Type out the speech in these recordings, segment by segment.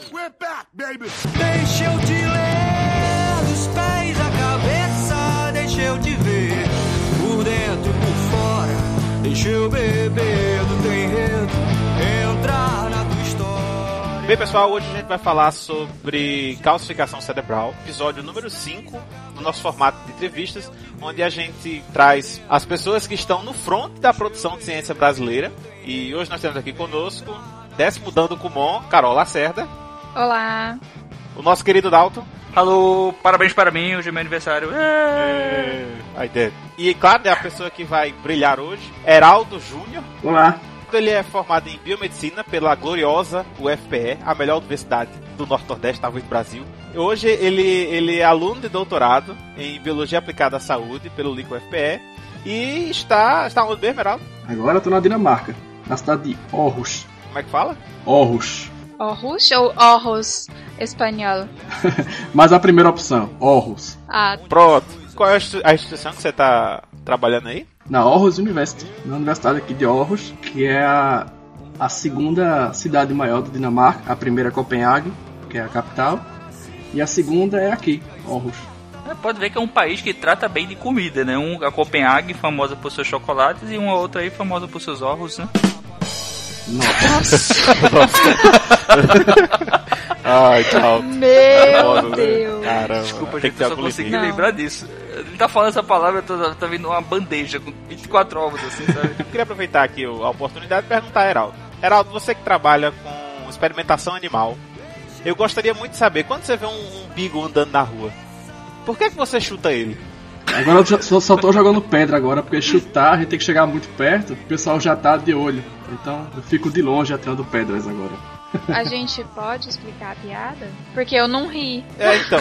We're back, baby! Deixa eu te ler dos pés à cabeça, deixa eu te ver por dentro e por fora, deixa eu beber do teu enredo, entrar na tua história. Bem, pessoal, hoje a gente vai falar sobre calcificação cerebral, episódio número 5 do nosso formato de entrevistas, onde a gente traz as pessoas que estão no front da produção de ciência brasileira. E hoje nós temos aqui conosco, 10º Dando Kumon, Carol Lacerda. Olá. O nosso querido Dalton. Alô, parabéns para mim, hoje é meu aniversário. E claro, é a pessoa que vai brilhar hoje, Heraldo Júnior. Olá. Ele é formado em biomedicina pela gloriosa UFPE, a melhor universidade do Norte-Nordeste, talvez do Brasil. Hoje ele é aluno de doutorado em biologia aplicada à saúde pelo LIC UFPE e está onde mesmo, Heraldo? Agora eu tô na Dinamarca, na cidade de Aarhus. Como é que fala? Aarhus. Aarhus ou Aarhus espanhol? Mas a primeira opção, Aarhus. Ah, Pronto. Qual é a instituição que você está trabalhando aí? Na Aarhus University, na universidade aqui de Aarhus, que é a segunda cidade maior da Dinamarca. A primeira é Copenhague, que é a capital, e a segunda é aqui, Aarhus. Pode ver que é um país que trata bem de comida, né? A Copenhague, famosa por seus chocolates, e uma outra aí famosa por seus Aarhus, né? Nossa. Ai, tchau. meu Deus. Caramba. Desculpa, tem gente, que eu só consegui lembrar disso. Ele tá falando essa palavra, tá vindo uma bandeja com 24 ovos, assim, sabe? Eu queria aproveitar aqui a oportunidade de perguntar a Heraldo. Heraldo, você que trabalha com experimentação animal, eu gostaria muito de saber, quando você vê um beagle andando na rua, por que você chuta ele? Agora eu só tô jogando pedra agora, porque chutar a gente tem que chegar muito perto, o pessoal já tá de olho. Então eu fico de longe atirando pedras agora. A gente pode explicar a piada? Porque eu não ri. Então,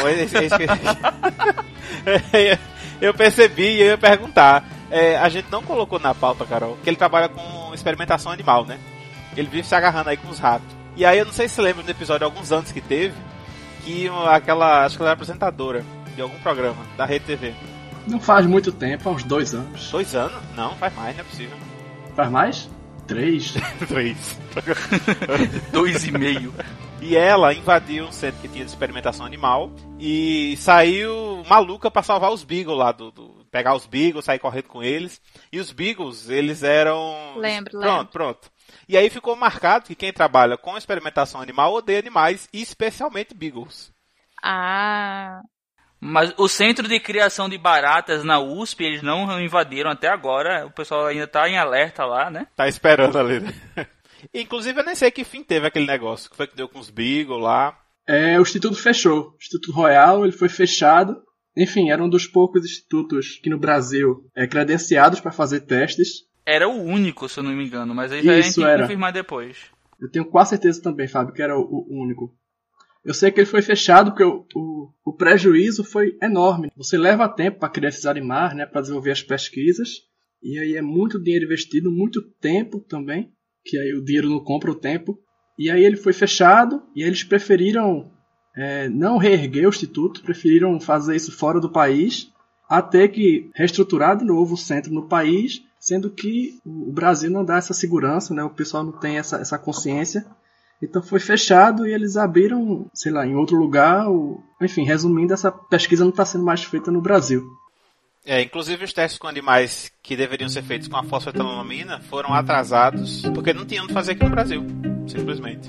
eu percebi e eu ia perguntar. A gente não colocou na pauta, Carol, que ele trabalha com experimentação animal, né? Ele vive se agarrando aí com os ratos. E aí eu não sei se você lembra do episódio, alguns anos que teve, que acho que ela era apresentadora de algum programa da Rede TV. Não faz muito tempo, há uns 2 anos. 2 anos? Não, faz mais, não é possível. Faz mais? 3? 3. 2,5. E ela invadiu um centro que tinha de experimentação animal e saiu maluca pra salvar os beagles lá, pegar os beagles, sair correndo com eles. E os beagles, eles eram... Lembro. Pronto. E aí ficou marcado que quem trabalha com experimentação animal odeia animais, e especialmente beagles. Ah... Mas o centro de criação de baratas na USP, eles não invadiram até agora. O pessoal ainda tá em alerta lá, né? Tá esperando ali, né? Inclusive, eu nem sei que fim teve aquele negócio. Que foi que deu com os beagles lá. O instituto fechou. O Instituto Royal, ele foi fechado. Enfim, era um dos poucos institutos aqui no Brasil credenciados para fazer testes. Era o único, se eu não me engano. Mas aí a gente tem que confirmar depois. Eu tenho quase certeza também, Fábio, que era o único. Eu sei que ele foi fechado porque o prejuízo foi enorme. Você leva tempo para criar esses animais, né, para desenvolver as pesquisas. E aí é muito dinheiro investido, muito tempo também. Que aí o dinheiro não compra o tempo. E aí ele foi fechado e aí eles preferiram não reerguer o instituto. Preferiram fazer isso fora do país. Até que reestruturar de novo o centro no país. Sendo que o Brasil não dá essa segurança, né, o pessoal não tem essa consciência. Então foi fechado e eles abriram, sei lá, em outro lugar. Enfim, resumindo, essa pesquisa não está sendo mais feita no Brasil. Inclusive os testes com animais que deveriam ser feitos com a fosfetanolamina foram atrasados porque não tinham o que fazer aqui no Brasil, simplesmente.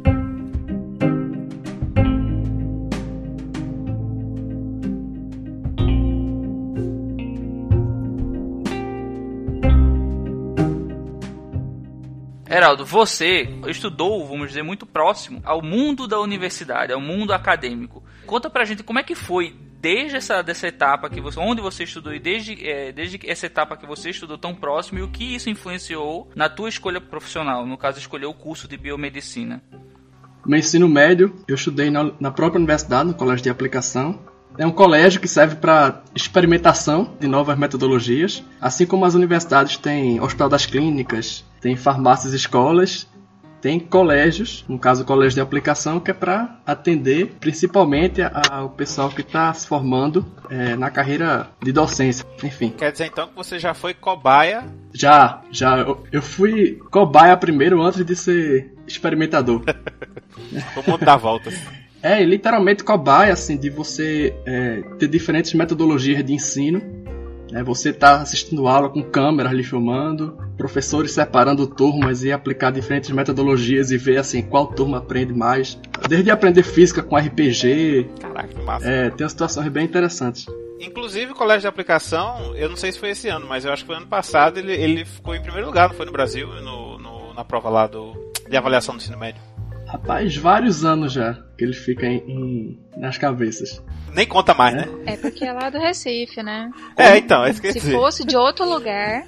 Heraldo, você estudou, vamos dizer, muito próximo ao mundo da universidade, ao mundo acadêmico. Conta pra gente como é que foi desde dessa etapa onde você estudou e desde essa etapa que você estudou tão próximo, e o que isso influenciou na tua escolha profissional, no caso, escolher o curso de biomedicina. No ensino médio, eu estudei na própria universidade, no Colégio de Aplicação. É um colégio que serve para experimentação de novas metodologias. Assim como as universidades têm Hospital das Clínicas, tem farmácias e escolas, tem colégios, no caso o Colégio de Aplicação, que é para atender principalmente ao pessoal que está se formando na carreira de docência, enfim. Quer dizer então que você já foi cobaia? Já. Eu fui cobaia primeiro antes de ser experimentador. O mundo dá voltas. É, literalmente cobaia, assim, de você ter diferentes metodologias de ensino. Você tá assistindo aula com câmeras lhe filmando, professores separando turmas e aplicar diferentes metodologias e ver, assim, qual turma aprende mais. Desde aprender física com RPG. Caraca, que massa. Tem umas situações bem interessantes. Inclusive, o colégio de aplicação, eu não sei se foi esse ano, mas eu acho que foi ano passado, ele ficou em primeiro lugar, não foi no Brasil, na prova lá de avaliação do ensino médio. Rapaz, vários anos já que ele fica nas cabeças. Nem conta mais, né? É porque é lá do Recife, né? Então, é isso que eu ia Se dizer. fosse de outro lugar,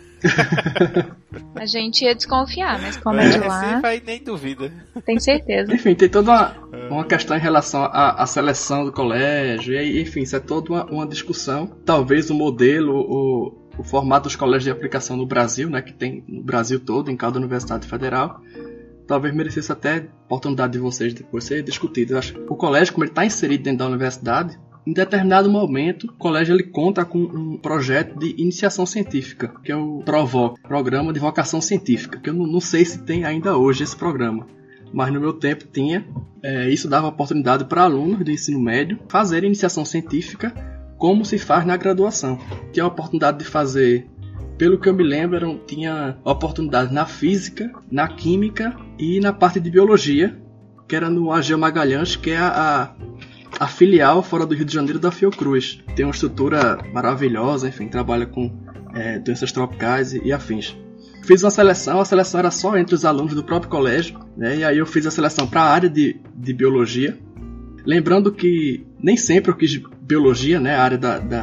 a gente ia desconfiar, mas como é de lá, Recife, aí nem duvida. tem certeza. Enfim, tem toda uma questão em relação à seleção do colégio, e aí, enfim, isso é toda uma discussão. Talvez o modelo, o formato dos colégios de aplicação no Brasil, né, que tem no Brasil todo, em cada universidade federal, talvez merecesse até a oportunidade de vocês depois ser discutido. Eu acho que o colégio, como ele está inserido dentro da universidade, em determinado momento, o colégio ele conta com um projeto de iniciação científica, que é o PROVOC, Programa de Vocação Científica, que eu não sei se tem ainda hoje esse programa, mas no meu tempo tinha. Isso dava oportunidade para alunos do ensino médio fazerem iniciação científica como se faz na graduação. Tinha a oportunidade de fazer, pelo que eu me lembro, tinha oportunidade na física, na química e na parte de biologia, que era no AGEO Magalhães, que é a filial fora do Rio de Janeiro da Fiocruz. Tem uma estrutura maravilhosa, enfim, trabalha com doenças tropicais e afins. Fiz uma seleção, a seleção era só entre os alunos do próprio colégio, né? E aí eu fiz a seleção para a área de biologia. Lembrando que nem sempre eu quis biologia, né? A área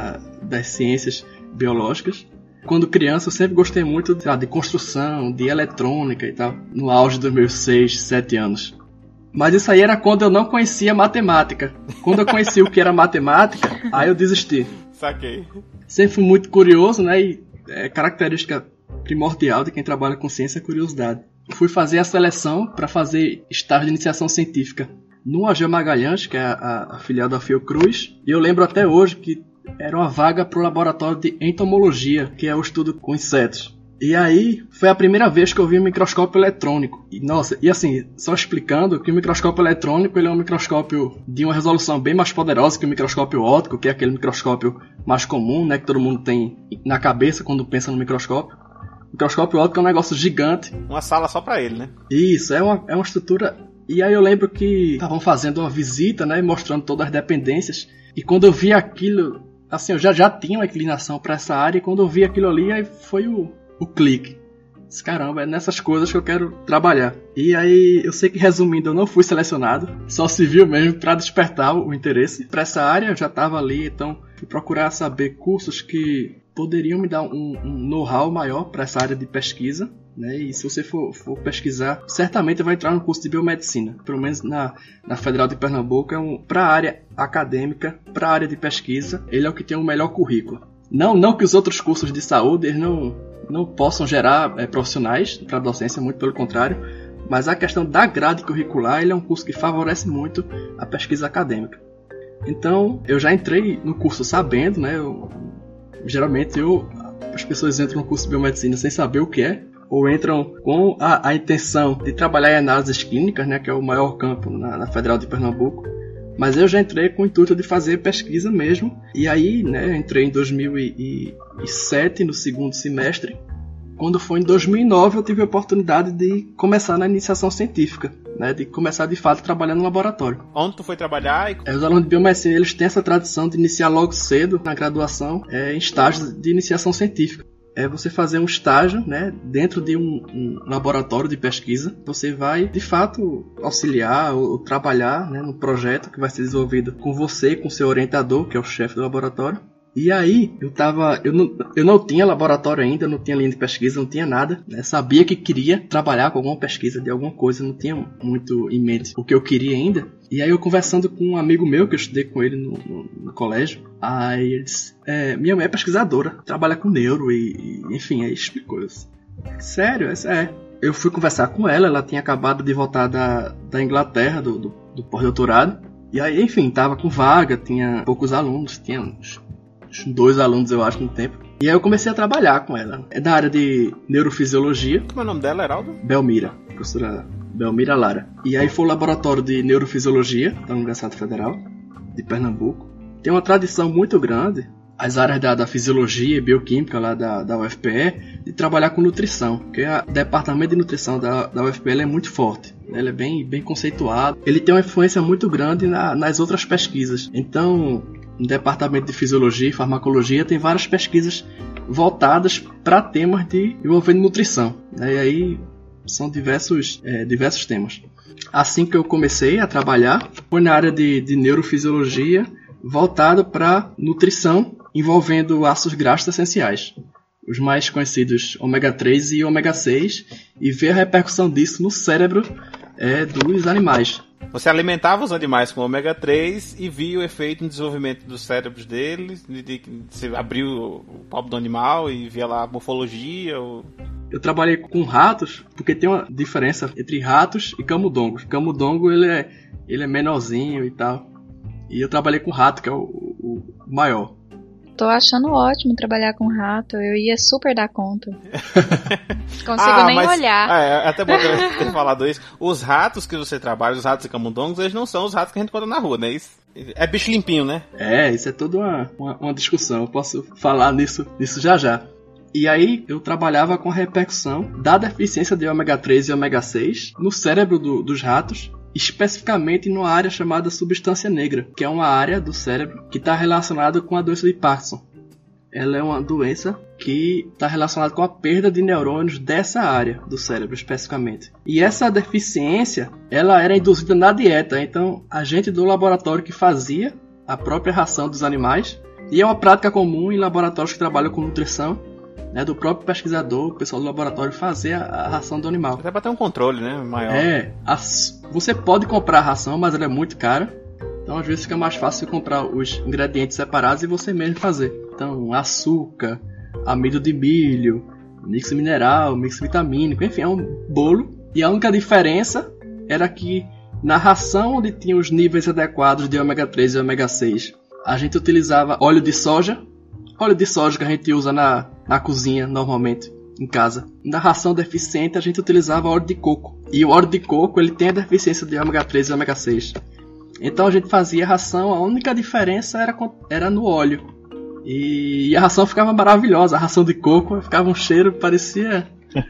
das ciências biológicas. Quando criança eu sempre gostei muito de construção, de eletrônica e tal, no auge dos meus 6, 7 anos. Mas isso aí era quando eu não conhecia matemática. Quando eu conheci o que era matemática, aí eu desisti. Saquei. Sempre fui muito curioso, né? E é característica primordial de quem trabalha com ciência é a curiosidade. Fui fazer a seleção para fazer estágio de iniciação científica no AGEO Magalhães, que é a filial da Fiocruz. E eu lembro até hoje que era uma vaga para o laboratório de entomologia, que é o estudo com insetos. E aí, foi a primeira vez que eu vi um microscópio eletrônico. E, nossa, e assim, só explicando que o microscópio eletrônico ele é um microscópio de uma resolução bem mais poderosa que o microscópio óptico, que é aquele microscópio mais comum, né, que todo mundo tem na cabeça quando pensa no microscópio. O microscópio óptico é um negócio gigante. Uma sala só pra ele, né? Isso, é uma estrutura. E aí eu lembro que estavam fazendo uma visita, né, mostrando todas as dependências. E quando eu vi aquilo, assim, eu já tinha uma inclinação para essa área. E quando eu vi aquilo ali, aí foi o clique. Caramba, é nessas coisas que eu quero trabalhar. E aí, eu sei que resumindo, eu não fui selecionado. Só se viu mesmo para despertar o interesse para essa área. Eu já estava ali, então fui procurar saber cursos que poderiam me dar um know-how maior para essa área de pesquisa, né? E se você for pesquisar, certamente vai entrar no curso de biomedicina. Pelo menos na Federal de Pernambuco, para a área acadêmica, para a área de pesquisa, ele é o que tem o melhor currículo. Não que os outros cursos de saúde eles não possam gerar profissionais para a docência, muito pelo contrário, mas a questão da grade curricular ele é um curso que favorece muito a pesquisa acadêmica. Então, eu já entrei no curso sabendo, né? Geralmente as pessoas entram no curso de biomedicina sem saber o que é, ou entram com a intenção de trabalhar em análises clínicas, né? Que é o maior campo na Federal de Pernambuco. Mas eu já entrei com o intuito de fazer pesquisa mesmo. E aí, né, eu entrei em 2007, no segundo semestre. Quando foi em 2009, eu tive a oportunidade de começar na iniciação científica, né, de começar de fato trabalhando no laboratório. Onde tu foi trabalhar? Os alunos de biomedicina eles têm essa tradição de iniciar logo cedo na graduação em estágios de iniciação científica. É você fazer um estágio, né, dentro de um laboratório de pesquisa. Você vai, de fato, auxiliar ou trabalhar, né, no projeto que vai ser desenvolvido com você, com seu orientador, que é o chefe do laboratório. E aí, eu não tinha laboratório ainda, não tinha linha de pesquisa, não tinha nada, né? Sabia que queria trabalhar com alguma pesquisa de alguma coisa, não tinha muito em mente o que eu queria ainda. E aí eu conversando com um amigo meu, que eu estudei com ele no colégio, aí ele disse, minha mãe é pesquisadora, trabalha com neuro e enfim, aí explicou isso. Sério? Eu fui conversar com ela, ela tinha acabado de voltar da Inglaterra, do pós-doutorado. E aí, enfim, tava com vaga, tinha poucos alunos, tinha uns 2 alunos, eu acho, no tempo. E aí eu comecei a trabalhar com ela. É da área de neurofisiologia. Como é o nome dela, Heraldo? Belmira, professora Belmira Lara. E aí foi o laboratório de neurofisiologia da Universidade Federal de Pernambuco. Tem uma tradição muito grande, as áreas da fisiologia e bioquímica lá da UFPE, de trabalhar com nutrição, porque o departamento de nutrição da UFPE ele é muito forte, ele é bem conceituado, ele tem uma influência muito grande nas outras pesquisas. Então, no departamento de fisiologia e farmacologia tem várias pesquisas voltadas para temas envolvendo nutrição, né? E aí são diversos temas. Assim que eu comecei a trabalhar, foi na área de neurofisiologia, voltado para nutrição, envolvendo ácidos graxos essenciais, os mais conhecidos ômega 3 e ômega 6, e ver a repercussão disso no cérebro dos animais. Você alimentava os animais com ômega 3 e via o efeito no desenvolvimento dos cérebros deles, você abriu o palmo do animal e via lá a morfologia. Eu trabalhei com ratos, porque tem uma diferença entre ratos e camundongos. O camundongo ele é menorzinho e tal. E eu trabalhei com rato, que é o maior. Tô achando ótimo trabalhar com rato. Eu ia super dar conta. Consigo nem olhar. É até bom ter falado isso. Os ratos que você trabalha, os ratos e camundongos, eles não são os ratos que a gente encontra na rua, né? Isso é bicho limpinho, né? Isso é toda uma discussão. Eu posso falar nisso já. E aí eu trabalhava com a repercussão da deficiência de ômega 3 e ômega 6 no cérebro dos ratos, especificamente numa área chamada substância negra, que é uma área do cérebro que está relacionada com a doença de Parkinson. Ela é uma doença que está relacionada com a perda de neurônios dessa área do cérebro especificamente. E essa deficiência, ela era induzida na dieta. Então, a gente do laboratório que fazia a própria ração dos animais, e é uma prática comum em laboratórios que trabalham com nutrição, né, do próprio pesquisador, o pessoal do laboratório fazer a ração do animal. Até para ter um controle, né, maior. Você pode comprar a ração, mas ela é muito cara. Então, às vezes, fica mais fácil comprar os ingredientes separados e você mesmo fazer. Então, açúcar, amido de milho, mix mineral, mix vitamínico, enfim, é um bolo. E a única diferença era que na ração onde tinha os níveis adequados de ômega 3 e ômega 6, a gente utilizava óleo de soja que a gente usa na cozinha normalmente, em casa. Na ração deficiente a gente utilizava óleo de coco. E o óleo de coco ele tem a deficiência de ômega 3 e ômega 6. Então a gente fazia a ração, a única diferença era no óleo. E a ração ficava maravilhosa. A ração de coco ficava um cheiro, parecia...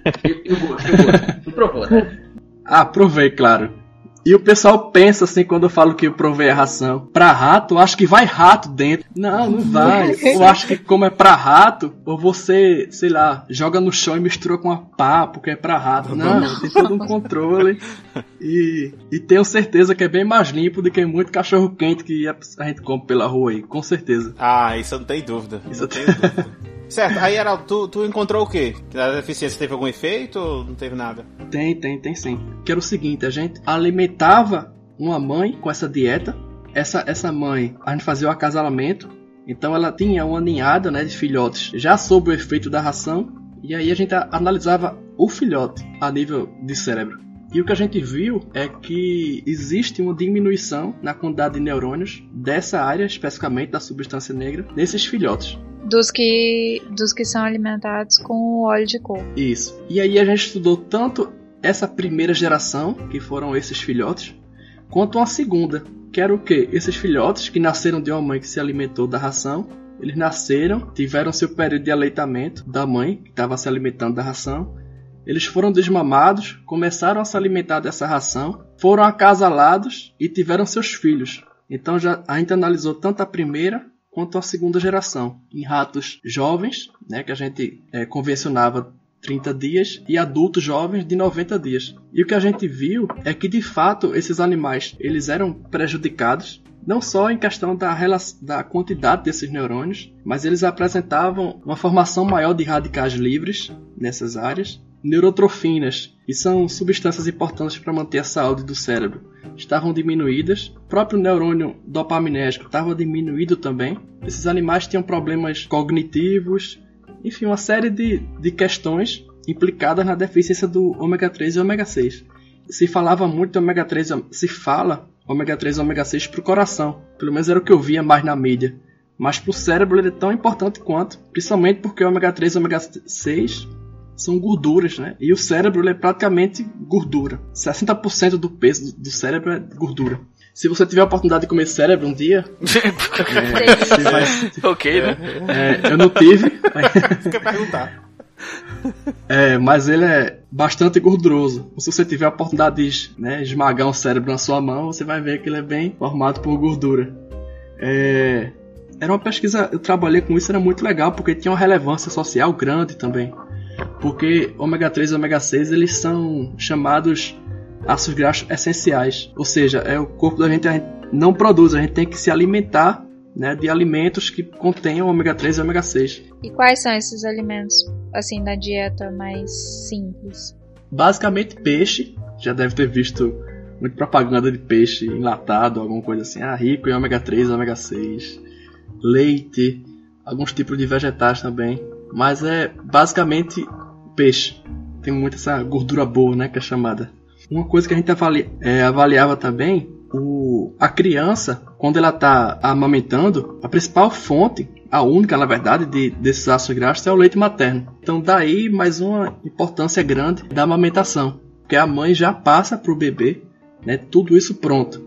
Tu provou, né? Provei, claro. E o pessoal pensa assim, quando eu falo que eu provei a ração pra rato, eu acho que vai rato dentro. Não vai. Eu acho que como é pra rato, ou você, sei lá, joga no chão e mistura com a pá, porque é pra rato. Não, tem todo um controle. E tenho certeza que é bem mais limpo do que muito cachorro quente que a gente come pela rua aí, com certeza. Isso eu não tenho dúvida. Certo, aí Heraldo, tu encontrou o quê? A deficiência teve algum efeito ou não teve nada? Tem sim. Que era o seguinte, a gente alimentava uma mãe com essa dieta. Essa mãe, a gente fazia o acasalamento, então ela tinha uma ninhada, né, de filhotes já sob o efeito da ração, e aí a gente analisava o filhote a nível de cérebro. E o que a gente viu é que existe uma diminuição na quantidade de neurônios dessa área, especificamente da substância negra, nesses filhotes. Dos que são alimentados com óleo de coco. Isso. E aí a gente estudou tanto essa primeira geração, que foram esses filhotes, quanto uma segunda, que era o quê? Esses filhotes que nasceram de uma mãe que se alimentou da ração, eles nasceram, tiveram seu período de aleitamento da mãe, que estava se alimentando da ração, eles foram desmamados, começaram a se alimentar dessa ração, foram acasalados e tiveram seus filhos. Então a gente analisou tanto a primeira quanto a segunda geração, em ratos jovens, né, que a gente convencionava 30 dias, e adultos jovens de 90 dias. E o que a gente viu é que, de fato, esses animais eles eram prejudicados, não só em questão da quantidade desses neurônios, mas eles apresentavam uma formação maior de radicais livres nessas áreas, neurotrofinas, que são substâncias importantes para manter a saúde do cérebro, estavam diminuídas. O próprio neurônio dopaminérgico estava diminuído também. Esses animais tinham problemas cognitivos, enfim, uma série de questões implicadas na deficiência do ômega 3 e ômega 6. Se falava muito de ômega 3, se fala ômega 3 e ômega 6 para o coração, pelo menos era o que eu via mais na mídia. Mas para o cérebro ele é tão importante quanto, principalmente porque o ômega 3 e ômega 6 são gorduras, né? E o cérebro ele é praticamente gordura. 60% do peso do cérebro é gordura. Se você tiver a oportunidade de comer cérebro um dia... você vai... Ok, né? Eu não tive. Você quer perguntar? Mas ele é bastante gorduroso. Se você tiver a oportunidade de, né, esmagar um cérebro na sua mão, você vai ver que ele é bem formado por gordura. Era uma pesquisa, eu trabalhei com isso, era muito legal, porque tinha uma relevância social grande também. Porque ômega 3 e ômega 6, eles são chamados ácidos graxos essenciais. Ou seja, o corpo da gente não produz, a gente tem que se alimentar, né, de alimentos que contenham ômega 3 e ômega 6. E quais são esses alimentos, assim, na dieta mais simples? Basicamente peixe, já deve ter visto muita propaganda de peixe enlatado, alguma coisa assim, rico em ômega 3 e ômega 6. Leite, alguns tipos de vegetais também, mas é basicamente peixe. Tem muita essa gordura boa, né, que é chamada. Uma coisa que a gente avaliava também, a criança, quando ela está amamentando, a principal fonte, a única, na verdade, desses ácidos graxos é o leite materno. Então daí mais uma importância grande da amamentação, porque a mãe já passa para o bebê, né, tudo isso pronto.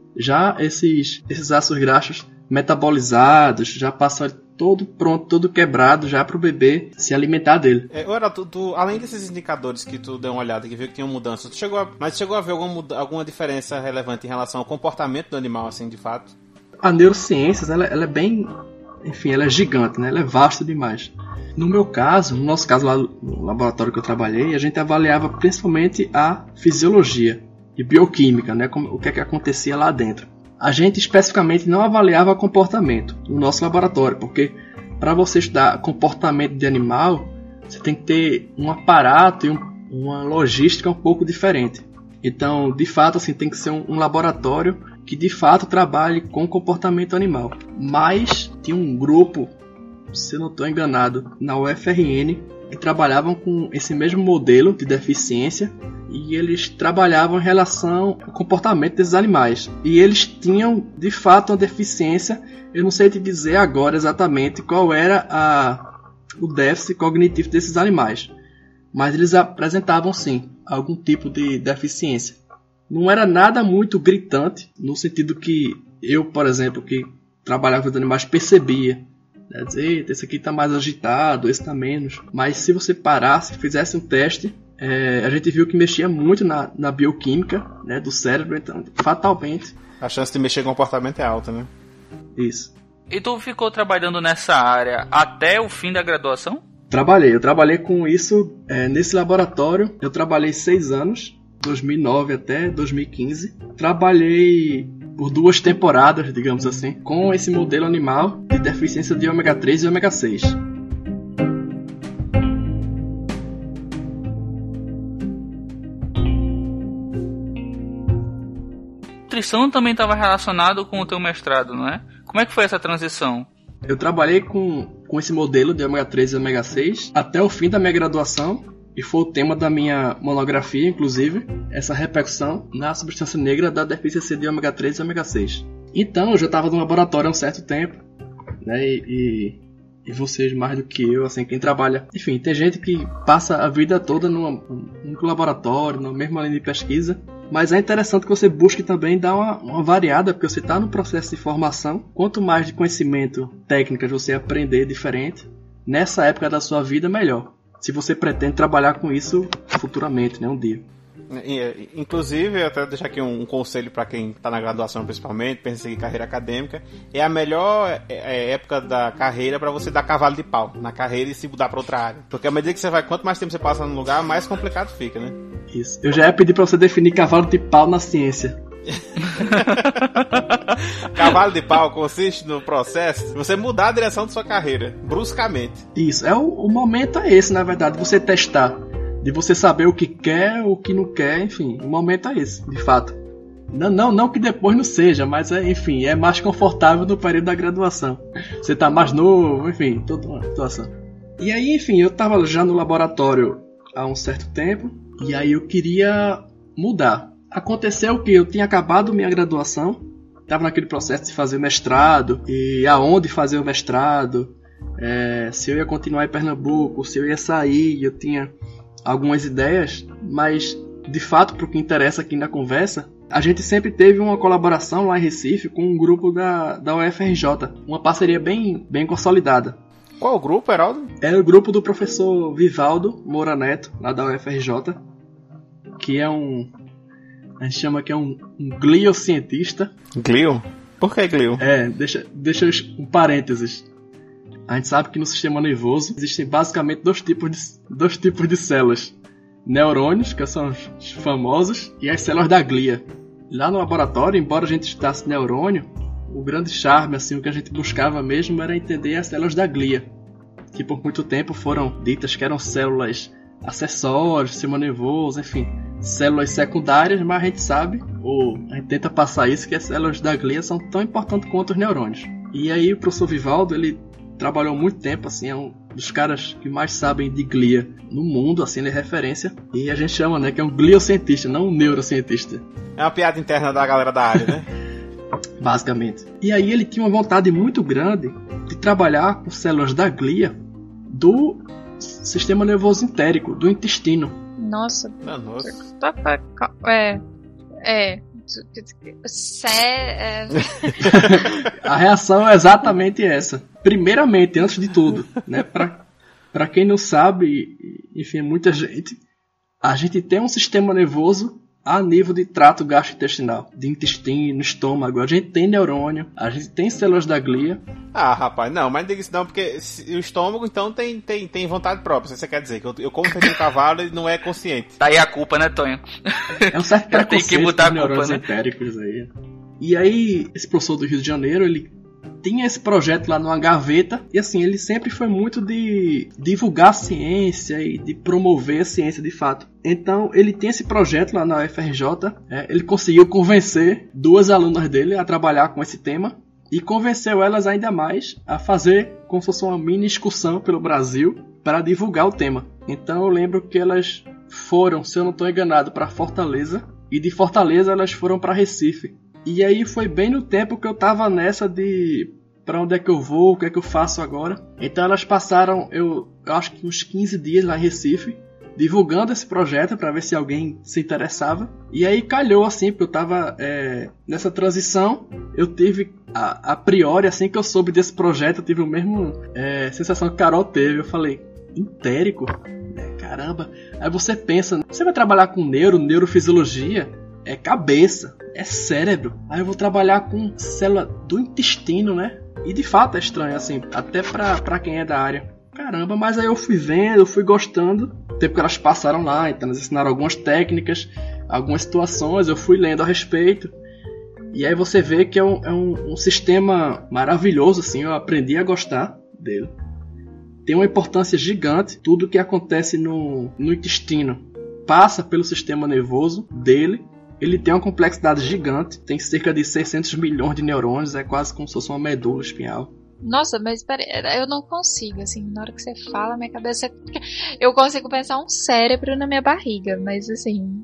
Já esses ácidos graxos metabolizados, já passam todo pronto, todo quebrado já para o bebê se alimentar dele. Além desses indicadores que tu deu uma olhada, que viu que tinha mudança, chegou a ver alguma diferença relevante em relação ao comportamento do animal, assim, de fato? A neurociência, ela é bem... Enfim, ela é gigante, né? Ela é vasta demais. No nosso caso lá no laboratório que eu trabalhei, a gente avaliava principalmente a fisiologia e bioquímica, né? O que é que acontecia lá dentro. A gente especificamente não avaliava comportamento no nosso laboratório, porque para você estudar comportamento de animal, você tem que ter um aparato e uma logística um pouco diferente. Então, de fato, assim, tem que ser um laboratório que de fato trabalhe com comportamento animal. Mas tinha um grupo, se eu não estou enganado, na UFRN, que trabalhavam com esse mesmo modelo de deficiência, e eles trabalhavam em relação ao comportamento desses animais. E eles tinham, de fato, uma deficiência. Eu não sei te dizer agora exatamente qual era o déficit cognitivo desses animais, mas eles apresentavam, sim, algum tipo de deficiência. Não era nada muito gritante, no sentido que eu, por exemplo, que trabalhava com os animais, percebia. Dizer, esse aqui está mais agitado, esse está menos. Mas se você parasse, fizesse um teste, a gente viu que mexia muito na bioquímica, né, do cérebro, então fatalmente. A chance de mexer com o comportamento é alta, né? Isso. E tu ficou trabalhando nessa área até o fim da graduação? Eu trabalhei com isso nesse laboratório. Eu trabalhei 6 anos, 2009 até 2015. Trabalhei por 2 temporadas, digamos assim, com esse modelo animal de deficiência de ômega 3 e ômega 6. Nutrição também estava relacionado com o teu mestrado, não é? Como é que foi essa transição? Eu trabalhei com esse modelo de ômega 3 e ômega 6 até o fim da minha graduação, e foi o tema da minha monografia, inclusive, essa repercussão na substância negra da deficiência de ômega 3 e ômega 6. Então, eu já estava no laboratório há um certo tempo, né, e vocês mais do que eu, assim, quem trabalha... Enfim, tem gente que passa a vida toda num laboratório, na mesma linha de pesquisa, mas é interessante que você busque também dar uma variada, porque você está no processo de formação. Quanto mais de conhecimento, técnicas você aprender diferente, nessa época da sua vida, melhor. Se você pretende trabalhar com isso futuramente, né, um dia. Inclusive, eu até deixar aqui um conselho para quem está na graduação principalmente, pensa em carreira acadêmica, é a melhor época da carreira para você dar cavalo de pau na carreira e se mudar para outra área. Porque à medida que você vai, quanto mais tempo você passa no lugar, mais complicado fica, né? Isso. Eu já ia pedir para você definir cavalo de pau na ciência. Cavalo de pau consiste no processo de você mudar a direção da sua carreira, bruscamente. Isso, o momento é esse, na verdade, você testar. De você saber o que quer, o que não quer, enfim, o momento é esse, de fato. Não que depois não seja, mas enfim, é mais confortável no período da graduação. Você tá mais novo, enfim, toda uma situação. E aí, enfim, eu tava já no laboratório há um certo tempo, e aí eu queria mudar. Aconteceu que eu tinha acabado minha graduação, estava naquele processo de fazer mestrado, e aonde fazer o mestrado, se eu ia continuar em Pernambuco, se eu ia sair, eu tinha algumas ideias, mas de fato, pro que interessa aqui na conversa, a gente sempre teve uma colaboração lá em Recife com um grupo da UFRJ, uma parceria bem consolidada. Qual o grupo, Heraldo? É o grupo do professor Vivaldo Moura Neto, lá da UFRJ, que é a gente chama que é um gliocientista. Glio? Por que glio? Deixa um parênteses. A gente sabe que no sistema nervoso existem basicamente dois tipos de células. Neurônios, que são os famosos, e as células da glia. Lá no laboratório, embora a gente estudasse neurônio, o grande charme, assim, o que a gente buscava mesmo era entender as células da glia, que por muito tempo foram ditas que eram células acessórias, sistema nervoso, enfim, células secundárias, mas a gente sabe, ou a gente tenta passar isso, que as células da glia são tão importantes quanto os neurônios. E aí o professor Vivaldo, ele trabalhou muito tempo, assim, é um dos caras que mais sabem de glia no mundo, assim, ele é referência, e a gente chama, né, que é um gliocientista, não um neurocientista. É uma piada interna da galera da área, né? Basicamente. E aí ele tinha uma vontade muito grande de trabalhar com células da glia do sistema nervoso entérico, do intestino. Nossa. A reação é exatamente essa. Primeiramente, antes de tudo, né, pra quem não sabe, enfim, muita gente, a gente tem um sistema nervoso a nível de trato gastrointestinal, de intestino, estômago. A gente tem neurônio, a gente tem células da glia. Ah, rapaz, não, mas não diga isso não, porque o estômago, então, tem vontade própria. Se você quer dizer que eu como feito um cavalo e não é consciente. Tá aí a culpa, né, Tonho? É um certo preconceito tem que botar dos a culpa, neurônios né? entéricos aí. E aí, esse professor do Rio de Janeiro, ele tinha esse projeto lá numa gaveta, e assim, ele sempre foi muito de divulgar a ciência e de promover a ciência de fato. Então, ele tem esse projeto lá na UFRJ, ele conseguiu convencer 2 alunas dele a trabalhar com esse tema, e convenceu elas ainda mais a fazer como se fosse uma mini excursão pelo Brasil para divulgar o tema. Então, eu lembro que elas foram, se eu não estou enganado, para Fortaleza, e de Fortaleza elas foram para Recife. E aí foi bem no tempo que eu tava nessa de pra onde é que eu vou, o que é que eu faço agora. Então elas passaram, eu acho que uns 15 dias lá em Recife, divulgando esse projeto para ver se alguém se interessava. E aí calhou assim, porque eu tava nessa transição, eu tive, a priori, assim que eu soube desse projeto, eu tive o mesmo sensação que Carol teve. Eu falei, entérico? Caramba. Aí você pensa, você vai trabalhar com neurofisiologia? É cabeça, é cérebro. Aí eu vou trabalhar com célula do intestino, né? E de fato é estranho, assim, até pra quem é da área. Caramba, mas aí eu fui vendo, eu fui gostando. Até porque elas passaram lá, então elas ensinaram algumas técnicas, algumas situações, eu fui lendo a respeito. E aí você vê que é um sistema maravilhoso, assim, eu aprendi a gostar dele. Tem uma importância gigante, tudo que acontece no intestino passa pelo sistema nervoso dele. Ele tem uma complexidade gigante, tem cerca de 600 milhões de neurônios, é quase como se fosse uma medula espinhal. Nossa, mas peraí, eu não consigo, assim, na hora que você fala, minha cabeça... Eu consigo pensar um cérebro na minha barriga, mas assim...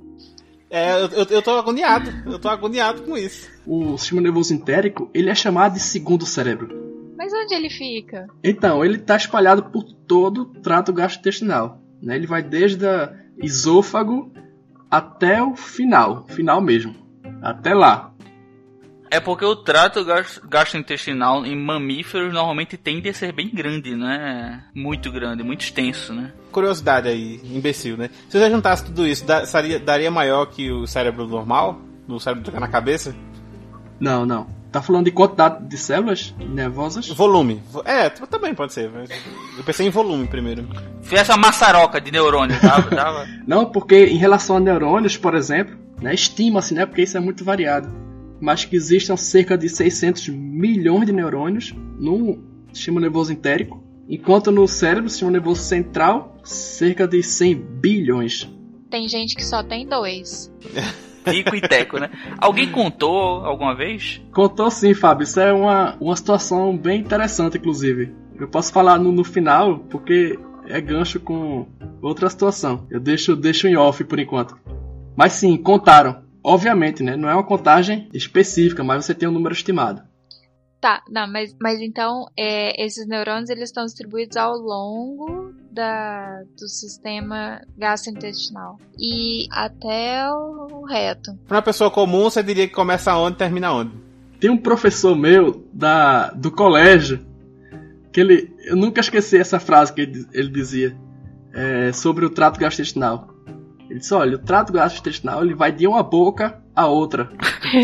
Eu tô agoniado com isso. O sistema nervoso entérico, ele é chamado de segundo cérebro. Mas onde ele fica? Então, ele está espalhado por todo o trato gastrointestinal, né? Ele vai desde o esôfago até o final mesmo, até lá. É porque o trato gastrointestinal em mamíferos normalmente tende a ser bem grande, né? Muito grande, muito extenso, né? Curiosidade aí, imbecil, né? Se você juntasse tudo isso, daria maior que o cérebro normal? O cérebro tocar na cabeça? Não. Tá falando de quantidade de células nervosas? Volume. Também pode ser. Mas eu pensei em volume primeiro. Fez essa maçaroca de neurônio, dava? Não, porque em relação a neurônios, por exemplo, né, estima-se, né, porque isso é muito variado, mas que existam cerca de 600 milhões de neurônios no sistema nervoso entérico, enquanto no cérebro, sistema nervoso central, cerca de 100 bilhões. Tem gente que só tem 2. Tico e teco, né? Alguém contou alguma vez? Contou sim, Fábio. Isso é uma situação bem interessante, inclusive. Eu posso falar no final, porque é gancho com outra situação. Eu deixo em off por enquanto. Mas sim, contaram. Obviamente, né? Não é uma contagem específica, mas você tem um número estimado. Tá, não, mas então esses neurônios eles estão distribuídos ao longo do sistema gastrointestinal e até o reto. Pra uma pessoa comum, você diria que começa onde e termina onde? Tem um professor meu do colégio que eu nunca esqueci essa frase que ele dizia sobre o trato gastrointestinal. Ele disse, olha, o trato gastrointestinal ele vai de uma boca a outra.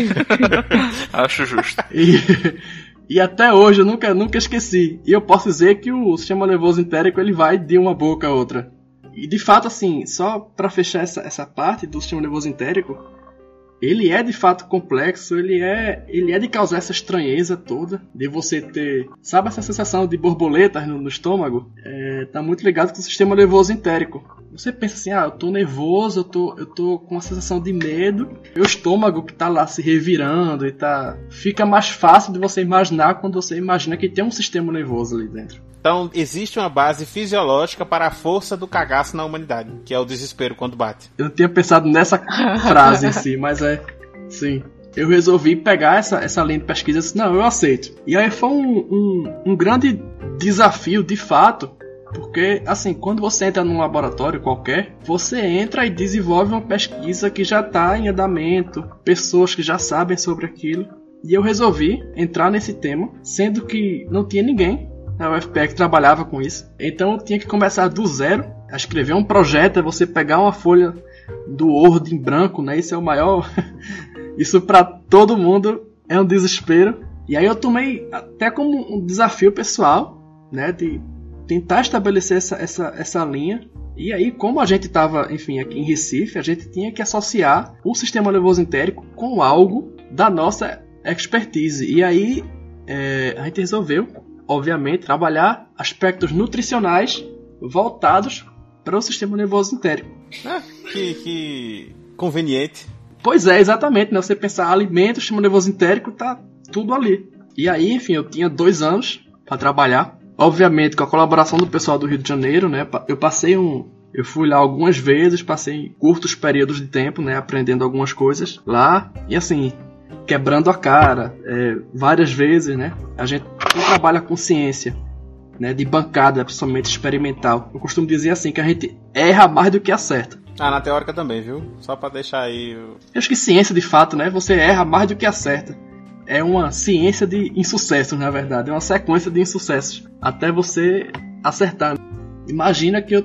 Acho justo. E até hoje eu nunca esqueci. E eu posso dizer que o sistema nervoso entérico ele vai de uma boca a outra. E de fato, assim, só pra fechar essa parte do sistema nervoso entérico, ele é de fato complexo, ele é de causar essa estranheza toda, de você ter, sabe essa sensação de borboletas no estômago? Tá muito ligado com o sistema nervoso entérico. Você pensa assim, eu tô nervoso, eu tô com uma sensação de medo, meu estômago que tá lá se revirando e fica mais fácil de você imaginar quando você imagina que tem um sistema nervoso ali dentro. Então, existe uma base fisiológica para a força do cagaço na humanidade, que é o desespero quando bate. Eu não tinha pensado nessa frase em si, mas sim. Eu resolvi pegar essa linha de pesquisa e disse, não, eu aceito. E aí foi um grande desafio, de fato, porque, assim, quando você entra num laboratório qualquer, você entra e desenvolve uma pesquisa que já está em andamento, pessoas que já sabem sobre aquilo. E eu resolvi entrar nesse tema, sendo que não tinha ninguém na UFPE que trabalhava com isso. Então eu tinha que começar do zero a escrever um projeto, você pegar uma folha do Word em branco, né? Isso é o maior... Isso para todo mundo é um desespero. E aí eu tomei até como um desafio pessoal, né? De tentar estabelecer essa linha. E aí, como a gente estava, enfim, aqui em Recife, a gente tinha que associar o sistema nervoso entérico com algo da nossa expertise. E aí a gente resolveu, obviamente, trabalhar aspectos nutricionais voltados para o sistema nervoso entérico. Que conveniente. Pois é, exatamente, né? Você pensar alimento, sistema nervoso entérico, tá tudo ali. E aí, enfim, eu tinha 2 anos para trabalhar. Obviamente, com a colaboração do pessoal do Rio de Janeiro, né? Eu fui lá algumas vezes, passei curtos períodos de tempo, né? Aprendendo algumas coisas lá. E assim, quebrando a cara, várias vezes, né? A gente trabalha com ciência, né? De bancada, principalmente experimental. Eu costumo dizer assim, que a gente erra mais do que acerta. Na teórica também, viu? Só pra deixar aí... Eu acho que ciência, de fato, né? Você erra mais do que acerta. É uma ciência de insucessos, na verdade. É uma sequência de insucessos. Até você acertar. Imagina que eu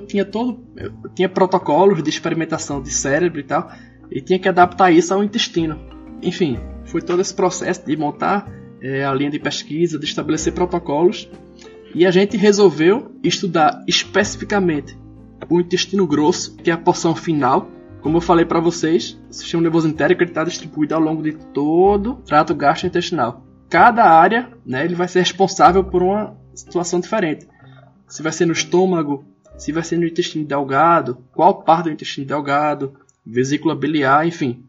tinha protocolos de experimentação de cérebro e tal. E tinha que adaptar isso ao intestino. Enfim, foi todo esse processo de montar a linha de pesquisa, de estabelecer protocolos. E a gente resolveu estudar especificamente o intestino grosso, que é a porção final. Como eu falei para vocês, o sistema nervoso entérico está distribuído ao longo de todo o trato gastrointestinal. Cada área, né, ele vai ser responsável por uma situação diferente. Se vai ser no estômago, se vai ser no intestino delgado, qual parte do intestino delgado, vesícula biliar, enfim.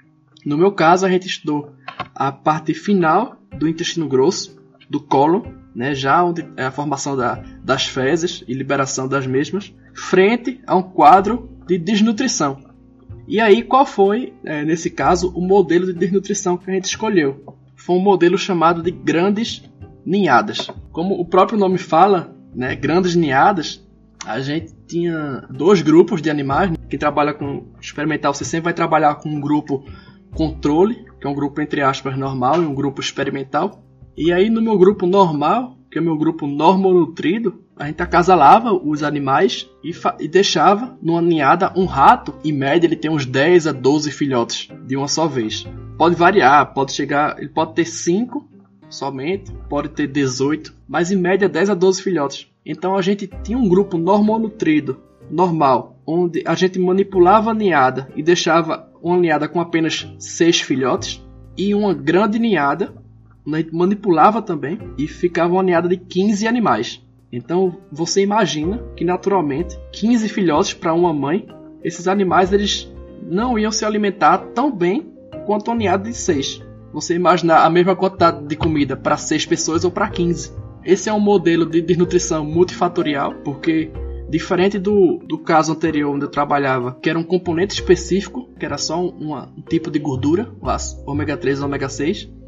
No meu caso, a gente estudou a parte final do intestino grosso, do cólon, né, já onde é a formação das fezes e liberação das mesmas, frente a um quadro de desnutrição. E aí, qual foi, nesse caso, o modelo de desnutrição que a gente escolheu? Foi um modelo chamado de grandes ninhadas. Como o próprio nome fala, né, grandes ninhadas, a gente tinha 2 grupos de animais. Quem trabalha com experimental, você sempre vai trabalhar com um grupo controle, que é um grupo, entre aspas, normal, e um grupo experimental. E aí, no meu grupo normal, que é o meu grupo normonutrido, a gente acasalava os animais e deixava numa ninhada um rato. Em média, ele tem uns 10 a 12 filhotes de uma só vez. Pode variar, ele pode ter 5 somente, pode ter 18, mas em média 10 a 12 filhotes. Então a gente tinha um grupo normonutrido, normal, onde a gente manipulava a ninhada e deixava uma ninhada com apenas 6 filhotes, e uma grande ninhada, a gente manipulava também e ficava uma ninhada de 15 animais. Então você imagina que naturalmente 15 filhotes para uma mãe, esses animais eles não iam se alimentar tão bem quanto uma ninhada de 6. Você imaginar a mesma quantidade de comida para 6 pessoas ou para 15. Esse é um modelo de desnutrição multifatorial, porque diferente do caso anterior onde eu trabalhava, que era um componente específico, que era só um tipo de gordura, ômega 3 e ômega 6,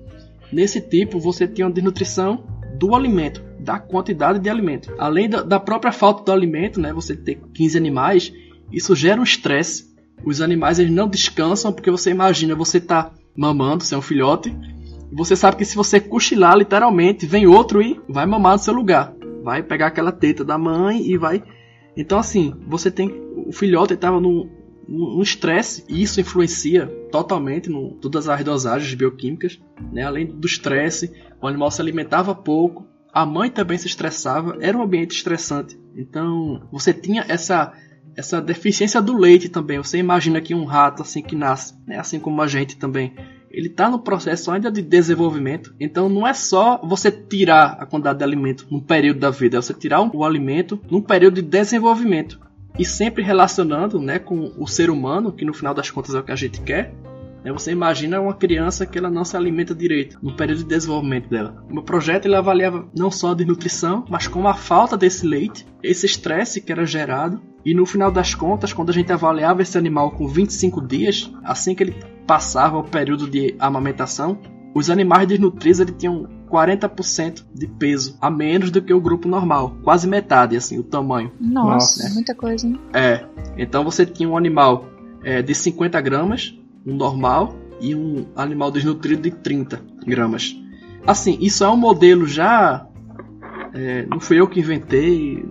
Nesse tipo, você tinha uma desnutrição do alimento, da quantidade de alimento. Além da própria falta do alimento, né, você ter 15 animais, isso gera um estresse. Os animais eles não descansam, porque você imagina, você tá mamando, você é um filhote, e você sabe que se você cochilar, literalmente, vem outro e vai mamar no seu lugar. Vai pegar aquela teta da mãe e vai... Então, assim, você tem... O filhote estava num estresse, e isso influencia totalmente em todas as dosagens bioquímicas, né? Além do estresse, o animal se alimentava pouco, a mãe também se estressava, era um ambiente estressante. Então, você tinha essa deficiência do leite também. Você imagina que um rato assim que nasce, né? Assim como a gente também, ele está no processo ainda de desenvolvimento. Então não é só você tirar a quantidade de alimento num período da vida, é você tirar o alimento num período de desenvolvimento. E sempre relacionando, né, com o ser humano, que no final das contas é o que a gente quer. Né? Você imagina uma criança que ela não se alimenta direito no período de desenvolvimento dela. O meu projeto ele avaliava não só a desnutrição, mas como a falta desse leite, esse estresse que era gerado. E no final das contas, quando a gente avaliava esse animal com 25 dias, assim que ele passava o período de amamentação, os animais desnutridos eles tinham 40% de peso a menos do que o grupo normal. Quase metade, assim, o tamanho. Nossa, né? Muita coisa, hein? Então você tinha um animal de 50 gramas, um normal, e um animal desnutrido de 30 gramas. Assim, isso é um modelo já... não fui eu que inventei,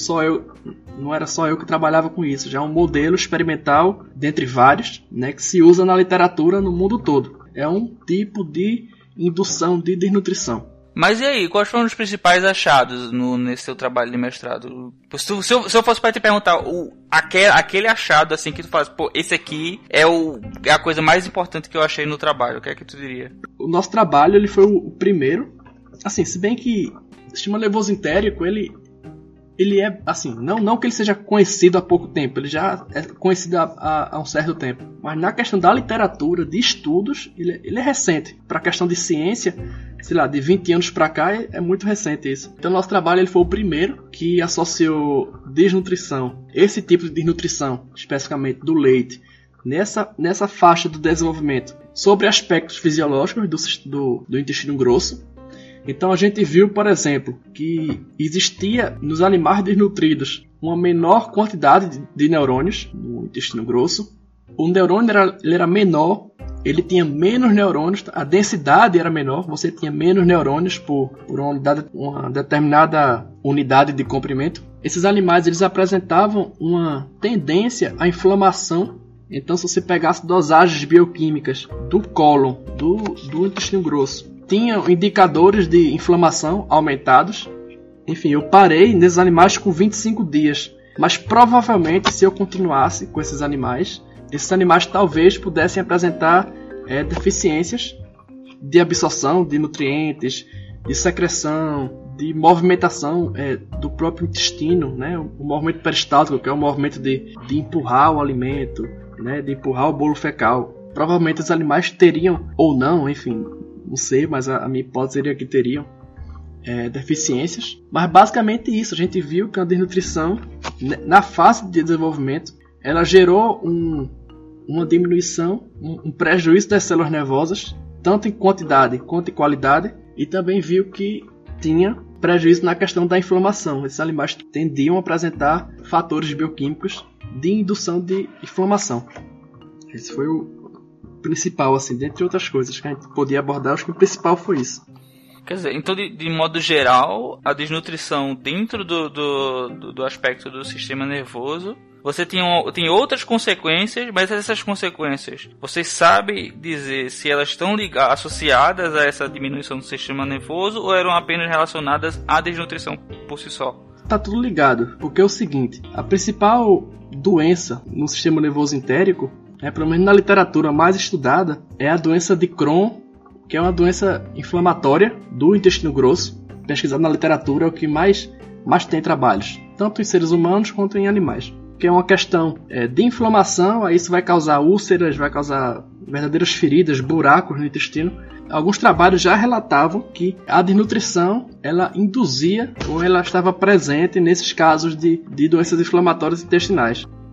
não era só eu que trabalhava com isso. Já é um modelo experimental, dentre vários, né, que se usa na literatura no mundo todo. É um tipo de indução de desnutrição. Mas e aí, quais foram os principais achados nesse seu trabalho de mestrado? Se eu fosse para te perguntar, aquele achado assim que tu faz, pô, esse aqui é a coisa mais importante que eu achei no trabalho, o que é que tu diria? O nosso trabalho ele foi o primeiro, assim, se bem que o sistema nervoso entérico, ele é, assim, não que ele seja conhecido há pouco tempo, ele já é conhecido há um certo tempo. Mas na questão da literatura, de estudos, ele é recente. Para a questão de ciência, sei lá, de 20 anos para cá, é muito recente isso. Então, nosso trabalho ele foi o primeiro que associou desnutrição, esse tipo de desnutrição, especificamente do leite, nessa faixa do desenvolvimento, sobre aspectos fisiológicos do intestino grosso. Então a gente viu, por exemplo, que existia nos animais desnutridos uma menor quantidade de neurônios no intestino grosso. O neurônio ele era menor, ele tinha menos neurônios, a densidade era menor, você tinha menos neurônios por uma determinada unidade de comprimento. Esses animais eles apresentavam uma tendência à inflamação. Então se você pegasse dosagens bioquímicas do cólon, do intestino grosso, tinham indicadores de inflamação aumentados. Enfim, eu parei nesses animais com 25 dias. Mas provavelmente, se eu continuasse com esses animais talvez pudessem apresentar deficiências de absorção de nutrientes, de secreção, de movimentação do próprio intestino, né? O movimento peristáltico, que é o movimento de empurrar o alimento, né? De empurrar o bolo fecal. Provavelmente os animais teriam, ou não, enfim... Não sei, mas a minha hipótese seria que teriam deficiências. Mas basicamente isso, a gente viu que a desnutrição, na fase de desenvolvimento, ela gerou uma diminuição, um prejuízo das células nervosas, tanto em quantidade quanto em qualidade, e também viu que tinha prejuízo na questão da inflamação. Esses animais tendiam a apresentar fatores bioquímicos de indução de inflamação. Esse foi o principal, assim, dentre outras coisas que a gente podia abordar, acho que o principal foi isso. Quer dizer, então de modo geral, a desnutrição dentro do aspecto do sistema nervoso, você tem outras consequências, mas essas consequências, você sabe dizer se elas estão associadas a essa diminuição do sistema nervoso ou eram apenas relacionadas à desnutrição por si só? Tá tudo ligado, porque é o seguinte, a principal doença no sistema nervoso entérico, pelo menos na literatura mais estudada, é a doença de Crohn, que é uma doença inflamatória do intestino grosso. Pesquisado na literatura é o que mais tem trabalhos, tanto em seres humanos quanto em animais. Que é uma questão de inflamação, aí isso vai causar úlceras, vai causar verdadeiras feridas, buracos no intestino. Alguns trabalhos já relatavam que a desnutrição ela induzia ou ela estava presente nesses casos de doenças inflamatórias intestinais.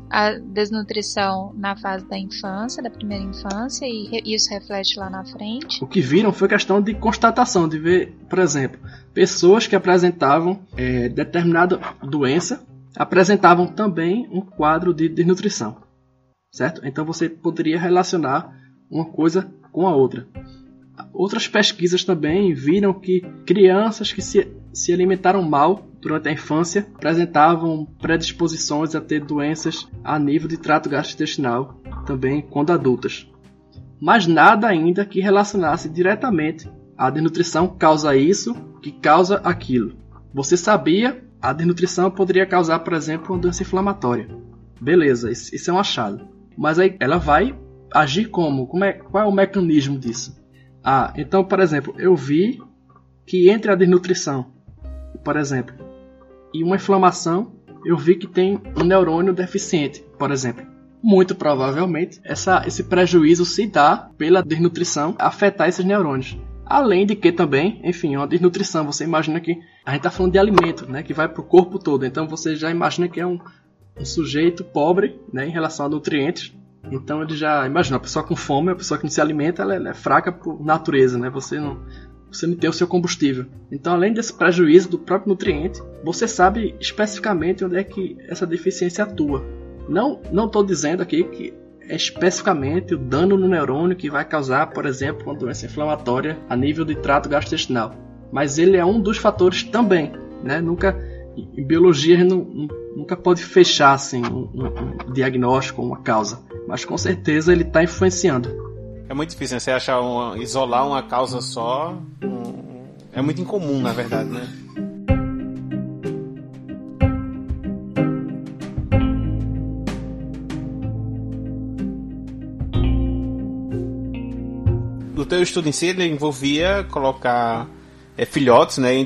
a desnutrição na fase da infância, da primeira infância, e isso reflete lá na frente. O que viram foi questão de constatação, de ver, por exemplo, pessoas que apresentavam determinada doença, apresentavam também um quadro de desnutrição, certo? Então você poderia relacionar uma coisa com a outra. Outras pesquisas também viram que crianças que se alimentaram mal durante a infância apresentavam predisposições a ter doenças a nível de trato gastrointestinal também quando adultas. Mas nada ainda que relacionasse diretamente a desnutrição causa isso, que causa aquilo. Você sabia, a desnutrição poderia causar, por exemplo, uma doença inflamatória. Beleza, isso é um achado. Mas aí ela vai agir como? Qual é o mecanismo disso? Então, por exemplo, eu vi que entre a desnutrição, por exemplo, e uma inflamação, eu vi que tem um neurônio deficiente, por exemplo. Muito provavelmente, esse prejuízo se dá pela desnutrição afetar esses neurônios. Além de que também, enfim, uma desnutrição, você imagina que a gente está falando de alimento, né, que vai para o corpo todo. Então você já imagina que é um sujeito pobre, né, em relação a nutrientes. Então ele já imagina, a pessoa com fome, a pessoa que não se alimenta, ela é fraca por natureza, né? Você não tem o seu combustível. Então, além desse prejuízo do próprio nutriente, você sabe especificamente onde é que essa deficiência atua. Não estou dizendo aqui que é especificamente o dano no neurônio que vai causar, por exemplo, uma doença inflamatória a nível de trato gastrointestinal. Mas ele é um dos fatores também, né? Em biologia a gente nunca pode fechar assim, um diagnóstico, uma causa. Mas com certeza ele está influenciando. É muito difícil, né? Você isolar uma causa só. É muito incomum, na verdade, né? O teu estudo em si, ele envolvia colocar filhotes, né,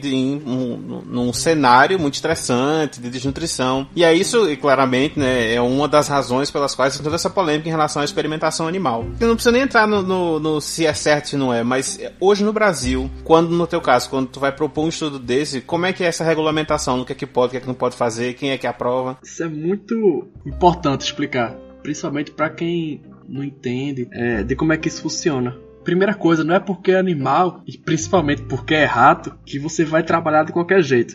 num cenário muito estressante de desnutrição. E é isso, claramente, né, é uma das razões pelas quais tem toda essa polêmica em relação à experimentação animal. Eu não preciso nem entrar no se é certo ou se não é, mas hoje no Brasil, no teu caso, quando tu vai propor um estudo desse, como é que é essa regulamentação? No que é que pode, o que é que não pode fazer? Quem é que aprova? Isso é muito importante explicar, principalmente para quem não entende de como é que isso funciona. Primeira coisa, não é porque é animal, e principalmente porque é rato, que você vai trabalhar de qualquer jeito.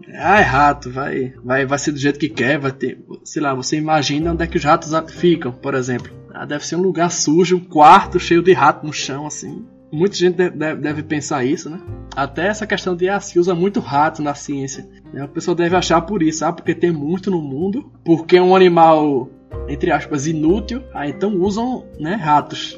É rato, vai ser do jeito que quer, vai ter, sei lá, você imagina onde é que os ratos ficam, por exemplo. Deve ser um lugar sujo, um quarto cheio de rato no chão, assim. Muita gente deve pensar isso, né? Até essa questão de se usa muito rato na ciência. A pessoa deve achar por isso, porque tem muito no mundo, porque é um animal, entre aspas, inútil, então usam, né, ratos.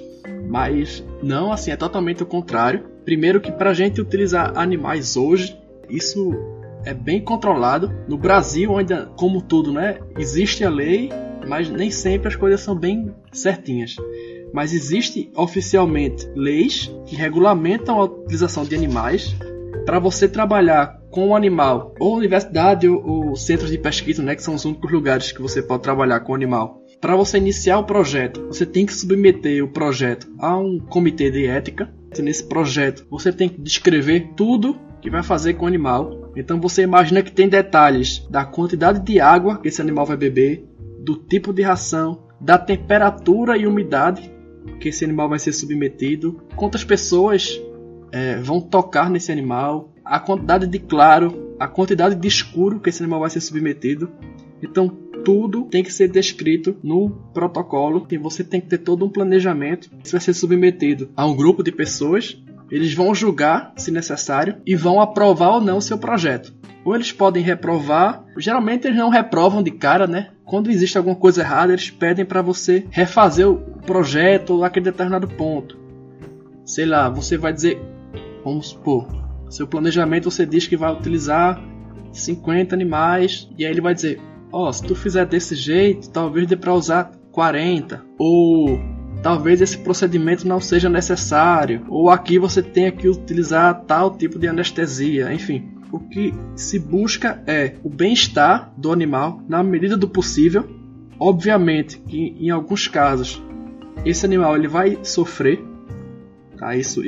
Mas não, assim, é totalmente o contrário. Primeiro que pra gente utilizar animais hoje, isso é bem controlado. No Brasil ainda, como tudo, né, existe a lei, mas nem sempre as coisas são bem certinhas. Mas existe oficialmente leis que regulamentam a utilização de animais para você trabalhar com o animal, ou universidade ou centros de pesquisa, né, que são os únicos lugares que você pode trabalhar com o animal. Para você iniciar o projeto, você tem que submeter o projeto a um comitê de ética. Nesse projeto, você tem que descrever tudo que vai fazer com o animal. Então você imagina que tem detalhes da quantidade de água que esse animal vai beber, do tipo de ração, da temperatura e umidade que esse animal vai ser submetido, quantas pessoas vão tocar nesse animal, a quantidade de claro, a quantidade de escuro que esse animal vai ser submetido. Então tudo tem que ser descrito no protocolo e você tem que ter todo um planejamento. Isso vai ser submetido a um grupo de pessoas, eles vão julgar se necessário e vão aprovar ou não o seu projeto. Ou eles podem reprovar, geralmente eles não reprovam de cara, né? Quando existe alguma coisa errada, eles pedem para você refazer o projeto ou aquele determinado ponto. Sei lá, você vai dizer, vamos supor, seu planejamento você diz que vai utilizar 50 animais e aí ele vai dizer, se tu fizer desse jeito, talvez dê para usar 40. Ou talvez esse procedimento não seja necessário. Ou aqui você tenha que utilizar tal tipo de anestesia. Enfim, o que se busca é o bem-estar do animal na medida do possível. Obviamente que em alguns casos esse animal ele vai sofrer. Tá? Isso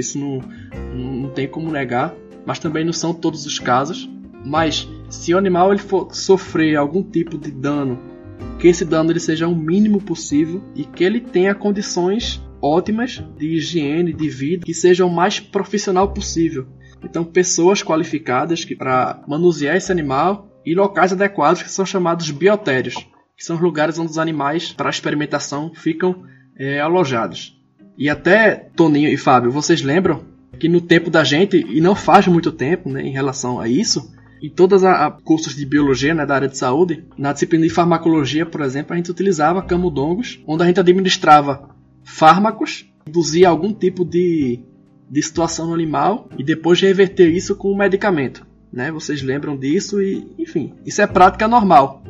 não tem como negar. Mas também não são todos os casos. Mas se o animal ele for sofrer algum tipo de dano que esse dano ele seja o mínimo possível e que ele tenha condições ótimas de higiene, de vida, que seja o mais profissional possível. Então, pessoas qualificadas para manusear esse animal e locais adequados que são chamados biotérios, que são os lugares onde os animais para experimentação ficam alojados. E até, Toninho e Fábio, vocês lembram que no tempo da gente, e não faz muito tempo, né, em relação a isso, em todos os cursos de biologia, né, da área de saúde, na disciplina de farmacologia, por exemplo, a gente utilizava camundongos, onde a gente administrava fármacos, induzia algum tipo de situação no animal e depois reverter isso com um medicamento. Né? Vocês lembram disso e, enfim, isso é prática normal.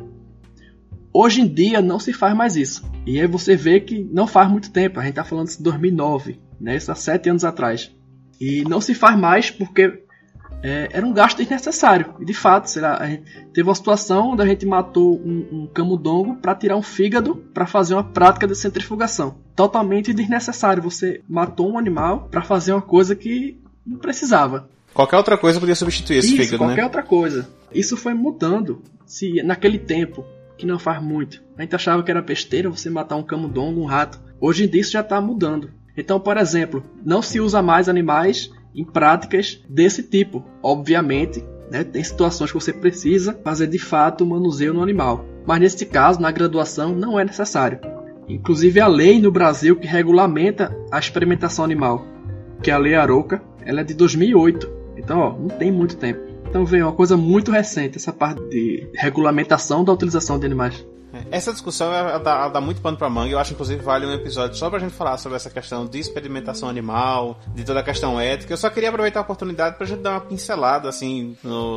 Hoje em dia não se faz mais isso. E aí você vê que não faz muito tempo, a gente está falando de 2009, né? Isso há 7 anos atrás. E não se faz mais porque era um gasto desnecessário. E de fato, sei lá, a gente teve uma situação onde a gente matou um camundongo para tirar um fígado para fazer uma prática de centrifugação. Totalmente desnecessário. Você matou um animal para fazer uma coisa que não precisava. Qualquer outra coisa podia substituir esse fígado, qualquer né? outra coisa. Isso foi mudando. Se naquele tempo, que não faz muito, a gente achava que era besteira você matar um camundongo, um rato. Hoje em dia isso já está mudando. Então, por exemplo, não se usa mais animais em práticas desse tipo. Obviamente, né, tem situações que você precisa fazer de fato o manuseio no animal. Mas nesse caso, na graduação, não é necessário. Inclusive a lei no Brasil que regulamenta a experimentação animal, que é a Lei Arouca, ela é de 2008. Então, não tem muito tempo. Então, vem uma coisa muito recente, essa parte de regulamentação da utilização de animais. Essa discussão ela dá muito pano pra manga. Eu acho, inclusive, vale um episódio só pra gente falar sobre essa questão de experimentação animal, de toda a questão ética. Eu só queria aproveitar a oportunidade pra gente dar uma pincelada, assim,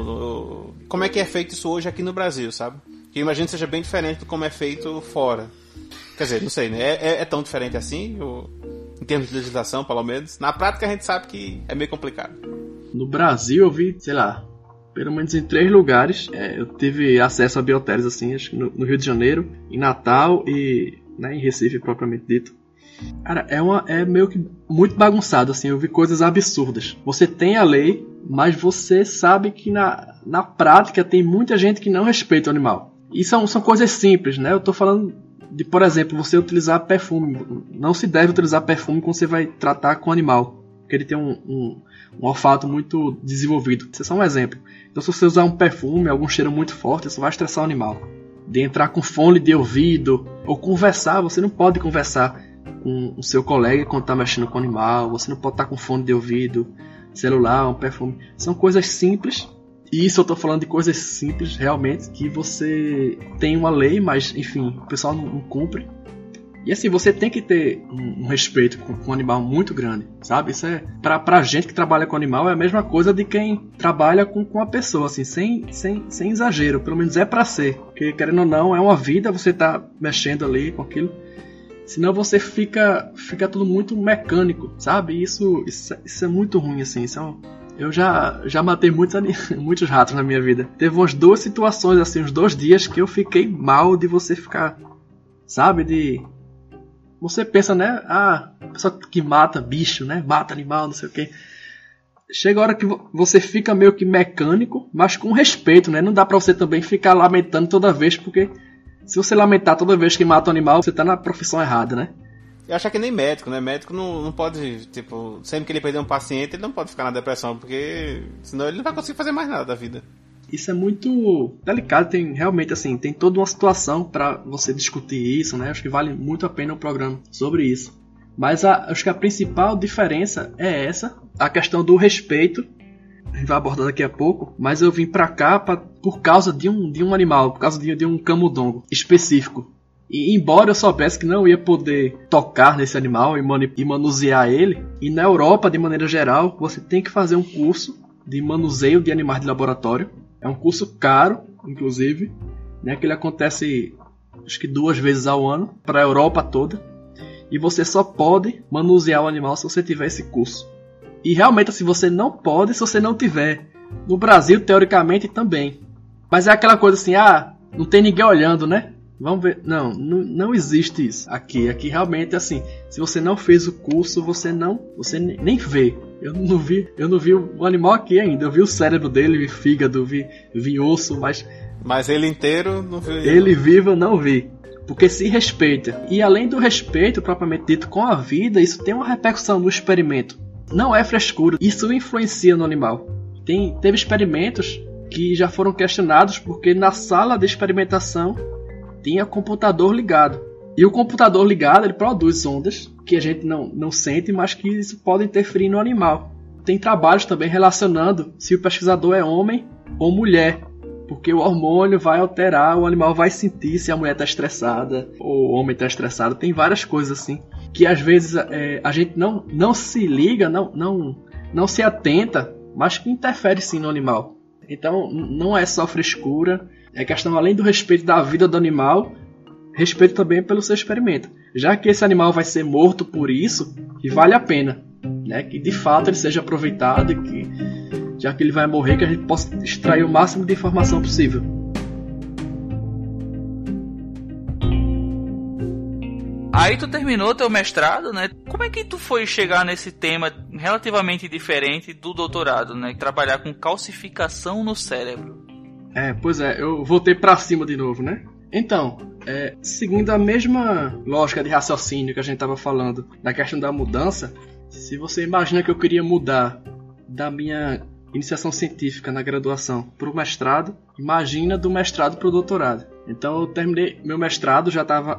no como é que é feito isso hoje aqui no Brasil, sabe? Que eu imagino que seja bem diferente do como é feito fora. Quer dizer, não sei, né? É tão diferente assim, em termos de legislação, pelo menos? Na prática, a gente sabe que é meio complicado. No Brasil, eu vi, sei lá, pelo menos em 3 lugares, eu tive acesso a biotérios, assim, acho que no Rio de Janeiro, em Natal e, né, em Recife, propriamente dito. Cara, é meio que muito bagunçado, assim, eu vi coisas absurdas. Você tem a lei, mas você sabe que na prática tem muita gente que não respeita o animal. E são coisas simples, né? Eu tô falando de, por exemplo, você utilizar perfume. Não se deve utilizar perfume quando você vai tratar com o animal, porque ele tem um olfato muito desenvolvido. Isso é só um exemplo. Então, se você usar um perfume, algum cheiro muito forte, isso vai estressar o animal. De entrar com fone de ouvido, ou conversar, você não pode conversar com o seu colega quando está mexendo com o animal, você não pode estar com fone de ouvido, celular, um perfume. São coisas simples, e isso eu estou falando de coisas simples, realmente, que você tem uma lei, mas, enfim, o pessoal não cumpre. E assim, você tem que ter um respeito com um animal muito grande, sabe? Isso é, pra gente que trabalha com animal, é a mesma coisa de quem trabalha com a pessoa, assim, sem exagero. Pelo menos é pra ser. Porque, querendo ou não, é uma vida, você tá mexendo ali com aquilo. Senão você fica tudo muito mecânico, sabe? Isso é muito ruim, assim. Eu já matei muitos ratos na minha vida. Teve umas 2 situações, assim, uns 2 dias que eu fiquei mal de você ficar, sabe? Você pensa, né? A pessoa que mata bicho, né? Mata animal, não sei o quê. Chega a hora que você fica meio que mecânico, mas com respeito, né? Não dá pra você também ficar lamentando toda vez, porque se você lamentar toda vez que mata um animal, você tá na profissão errada, né? Eu acho que é nem médico, né? Médico não pode, tipo, sempre que ele perder um paciente, ele não pode ficar na depressão, porque senão ele não vai conseguir fazer mais nada da vida. Isso é muito delicado, tem realmente, assim, tem toda uma situação para você discutir isso, né? Acho que vale muito a pena um programa sobre isso. Mas acho que a principal diferença é essa, a questão do respeito. A gente vai abordar daqui a pouco, mas eu vim pra cá por causa de um animal, por causa de um camundongo específico. E embora eu soubesse que não ia poder tocar nesse animal e manusear ele, e na Europa, de maneira geral, você tem que fazer um curso de manuseio de animais de laboratório. É um curso caro, inclusive, né, que ele acontece acho que 2 vezes ao ano, para a Europa toda. E você só pode manusear o animal se você tiver esse curso. E realmente assim, você não pode se você não tiver. No Brasil, teoricamente, também. Mas é aquela coisa assim, não tem ninguém olhando, né? Vamos ver. Não existe isso aqui. Aqui realmente assim, se você não fez o curso, você nem vê. Eu não vi o animal aqui ainda. Eu vi o cérebro dele, vi fígado, vi osso, mas Mas ele inteiro não viu. Ele vivo eu não vi. Porque se respeita. E além do respeito propriamente dito com a vida, isso tem uma repercussão no experimento. Não é frescura, isso influencia no animal. Teve experimentos que já foram questionados porque na sala de experimentação tinha computador ligado. E o computador ligado, ele produz ondas que a gente não sente, mas que isso pode interferir no animal. Tem trabalhos também relacionando se o pesquisador é homem ou mulher. Porque o hormônio vai alterar, o animal vai sentir se a mulher está estressada ou o homem está estressado. Tem várias coisas assim que às vezes a gente não se liga, não se atenta, mas que interfere sim no animal. Então não é só frescura, é questão além do respeito da vida do animal, respeito também pelo seu experimento. Já que esse animal vai ser morto por isso, que vale a pena, né? Que de fato ele seja aproveitado e que, já que ele vai morrer, que a gente possa extrair o máximo de informação possível. Aí tu terminou teu mestrado, né? Como é que tu foi chegar nesse tema relativamente diferente do doutorado, né? Trabalhar com calcificação no cérebro. Pois é, eu voltei pra cima de novo, né? Então, seguindo a mesma lógica de raciocínio que a gente tava falando da questão da mudança, se você imagina que eu queria mudar da minha iniciação científica na graduação para o mestrado, imagina do mestrado para o doutorado. Então eu terminei meu mestrado, já estava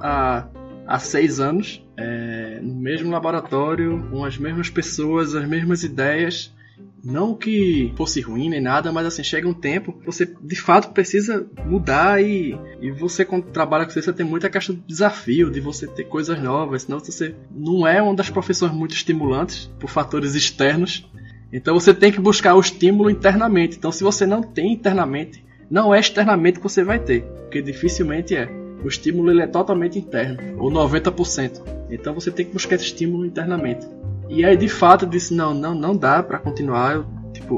há 6 anos, no mesmo laboratório, com as mesmas pessoas, as mesmas ideias. Não que fosse ruim nem nada, mas assim, chega um tempo, você de fato precisa mudar e você quando trabalha com você tem muita questão de desafio, de você ter coisas novas, senão você não é uma das profissões muito estimulantes por fatores externos. Então você tem que buscar o estímulo internamente. Então se você não tem internamente, não é externamente que você vai ter, porque dificilmente é. O estímulo ele é totalmente interno, ou 90%. Então você tem que buscar esse estímulo internamente. E aí de fato eu disse, não dá pra continuar, eu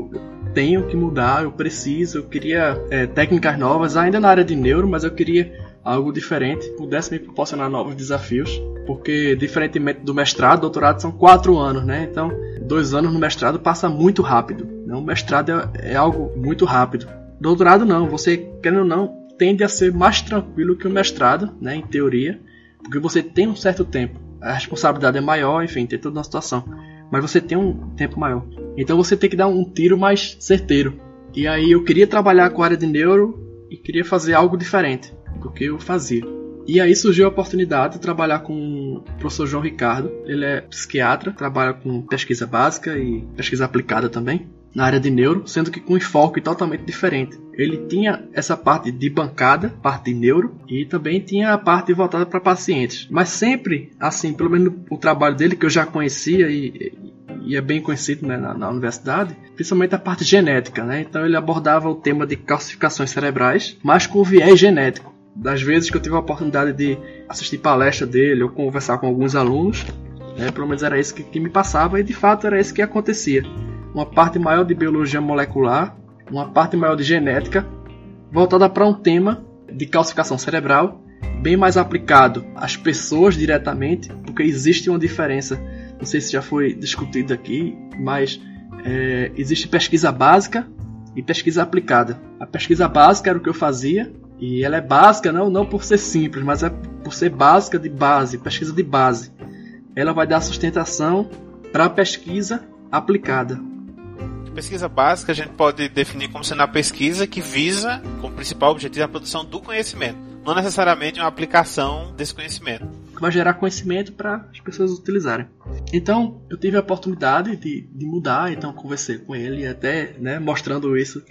tenho que mudar, eu preciso, eu queria técnicas novas, ainda na área de neuro, mas eu queria algo diferente, pudesse me proporcionar novos desafios, porque diferentemente do mestrado, doutorado são 4 anos, né? Então 2 anos no mestrado passa muito rápido, né? O mestrado é algo muito rápido. Doutorado não, você querendo ou não, tende a ser mais tranquilo que o mestrado, né? Em teoria, porque você tem um certo tempo. A responsabilidade é maior, enfim, tem toda uma situação. Mas você tem um tempo maior. Então você tem que dar um tiro mais certeiro. E aí eu queria trabalhar com a área de neuro e queria fazer algo diferente do que eu fazia. E aí surgiu a oportunidade de trabalhar com o professor João Ricardo. Ele é psiquiatra, trabalha com pesquisa básica e pesquisa aplicada também na área de neuro, sendo que com um enfoque totalmente diferente. Ele tinha essa parte de bancada, parte de neuro, e também tinha a parte voltada para pacientes. Mas sempre, assim, pelo menos o trabalho dele, que eu já conhecia e é bem conhecido, né, na universidade, principalmente a parte genética, né? Então ele abordava o tema de calcificações cerebrais, mas com viés genético. Das vezes que eu tive a oportunidade de assistir palestra dele ou conversar com alguns alunos, né, pelo menos era isso que me passava, e de fato era isso que acontecia. Uma parte maior de biologia molecular, uma parte maior de genética, voltada para um tema de calcificação cerebral, bem mais aplicado às pessoas diretamente, porque existe uma diferença, não sei se já foi discutido aqui, mas existe pesquisa básica e pesquisa aplicada. A pesquisa básica era o que eu fazia, e ela é básica não por ser simples, mas é por ser básica de base, pesquisa de base. Ela vai dar sustentação para a pesquisa aplicada. Pesquisa básica a gente pode definir como sendo a pesquisa que visa, como principal objetivo, a produção do conhecimento, não necessariamente uma aplicação desse conhecimento. Que vai gerar conhecimento para as pessoas utilizarem. Então, eu tive a oportunidade de mudar, então conversei com ele, até, né, mostrando isso.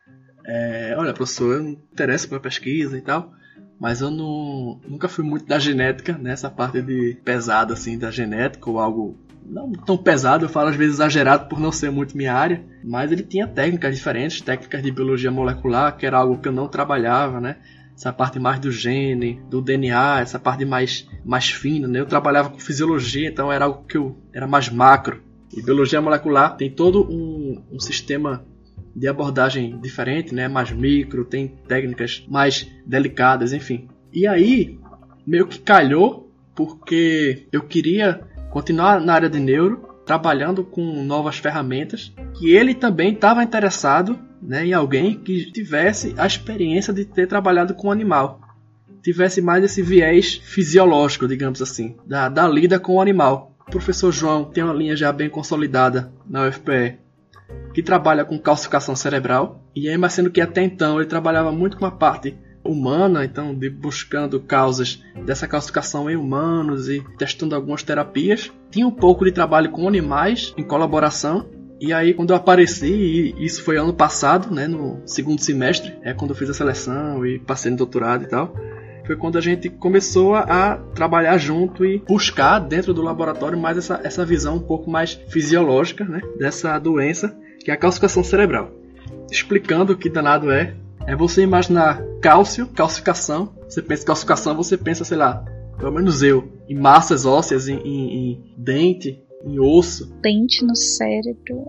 Olha, professor, eu me interesso pela pesquisa e tal, mas eu nunca fui muito da genética, né, essa parte de pesada assim, da genética ou algo não tão pesado, eu falo às vezes exagerado por não ser muito minha área, mas ele tinha técnicas diferentes, técnicas de biologia molecular, que era algo que eu não trabalhava, né? Essa parte mais do gene, do DNA, essa parte mais fina, né? Eu trabalhava com fisiologia, então era algo que eu era mais macro. E biologia molecular tem todo um sistema de abordagem diferente, né? Mais micro, tem técnicas mais delicadas, enfim. E aí, meio que calhou, porque eu queria continuar na área de neuro, trabalhando com novas ferramentas, que ele também estava interessado né, em alguém que tivesse a experiência de ter trabalhado com animal. Tivesse mais esse viés fisiológico, digamos assim, da lida com o animal. O professor João tem uma linha já bem consolidada na UFPE, que trabalha com calcificação cerebral, e aí, mas sendo que até então ele trabalhava muito com a parte humana, então buscando causas dessa calcificação em humanos e testando algumas terapias. Tinha um pouco de trabalho com animais em colaboração. E aí, quando eu apareci, e isso foi ano passado, né, no segundo semestre, quando eu fiz a seleção e passei no doutorado e tal, foi quando a gente começou a trabalhar junto e buscar dentro do laboratório mais essa visão um pouco mais fisiológica, né, dessa doença, que é a calcificação cerebral. Explicando o que danado é você imaginar cálcio, calcificação. Você pensa em calcificação, você pensa, sei lá, pelo menos eu, em massas ósseas, em dente, em osso. Dente no cérebro,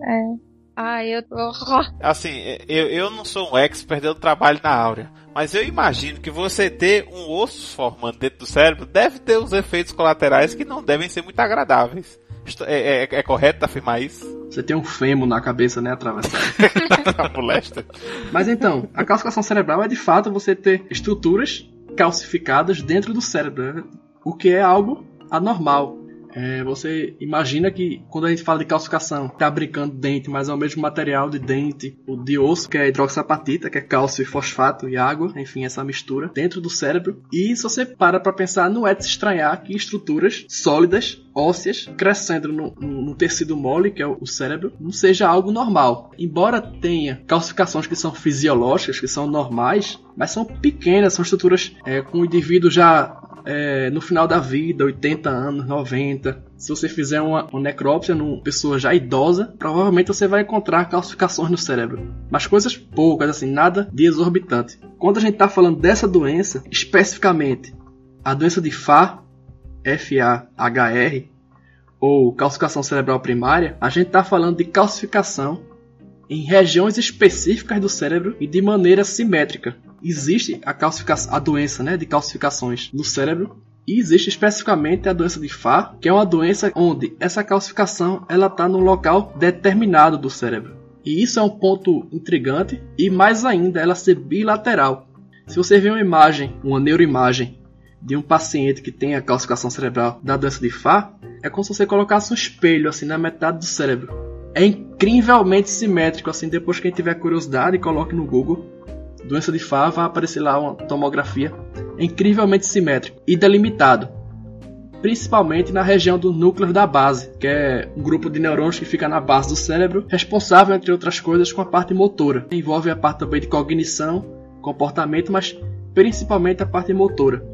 Assim, eu não sou um expert do trabalho na Áurea, mas eu imagino que você ter um osso formando dentro do cérebro deve ter uns efeitos colaterais que não devem ser muito agradáveis. É correto afirmar isso? Você tem um fêmur na cabeça, né, atravessado. Molesta. Mas então, a calcificação cerebral é de fato você ter estruturas calcificadas dentro do cérebro, né? O que é algo anormal. Você imagina que quando a gente fala de calcificação, está brincando dente, mas é o mesmo material de dente, o de osso, que é hidroxapatita, que é cálcio e fosfato e água, enfim, essa mistura dentro do cérebro. E se você para pensar, não é de se estranhar que estruturas sólidas, ósseas, crescendo no tecido mole, que é o cérebro, não seja algo normal. Embora tenha calcificações que são fisiológicas, que são normais, mas são pequenas, são estruturas com o indivíduo já no final da vida, 80 anos, 90. Se você fizer uma necrópsia numa pessoa já idosa, provavelmente você vai encontrar calcificações no cérebro. Mas coisas poucas, assim, nada de exorbitante. Quando a gente está falando dessa doença, especificamente a doença de FAH, F-A-H-R, ou calcificação cerebral primária, a gente está falando de calcificação em regiões específicas do cérebro e de maneira simétrica. Existe a doença, né, de calcificações no cérebro, e existe especificamente a doença de FAH, que é uma doença onde essa calcificação está no local determinado do cérebro. E isso é um ponto intrigante, e mais ainda, ela ser bilateral. Se você vê uma neuroimagem de um paciente que tem a calcificação cerebral da doença de FAH, é como se você colocasse um espelho assim na metade do cérebro. É incrivelmente simétrico, assim, depois que quem tiver curiosidade, coloque no Google doença de FAH, vai aparecer lá uma tomografia. É incrivelmente simétrico e delimitado, principalmente na região do núcleo da base, que é um grupo de neurônios que fica na base do cérebro, responsável, entre outras coisas, com a parte motora. Envolve a parte também de cognição, comportamento, mas principalmente a parte motora.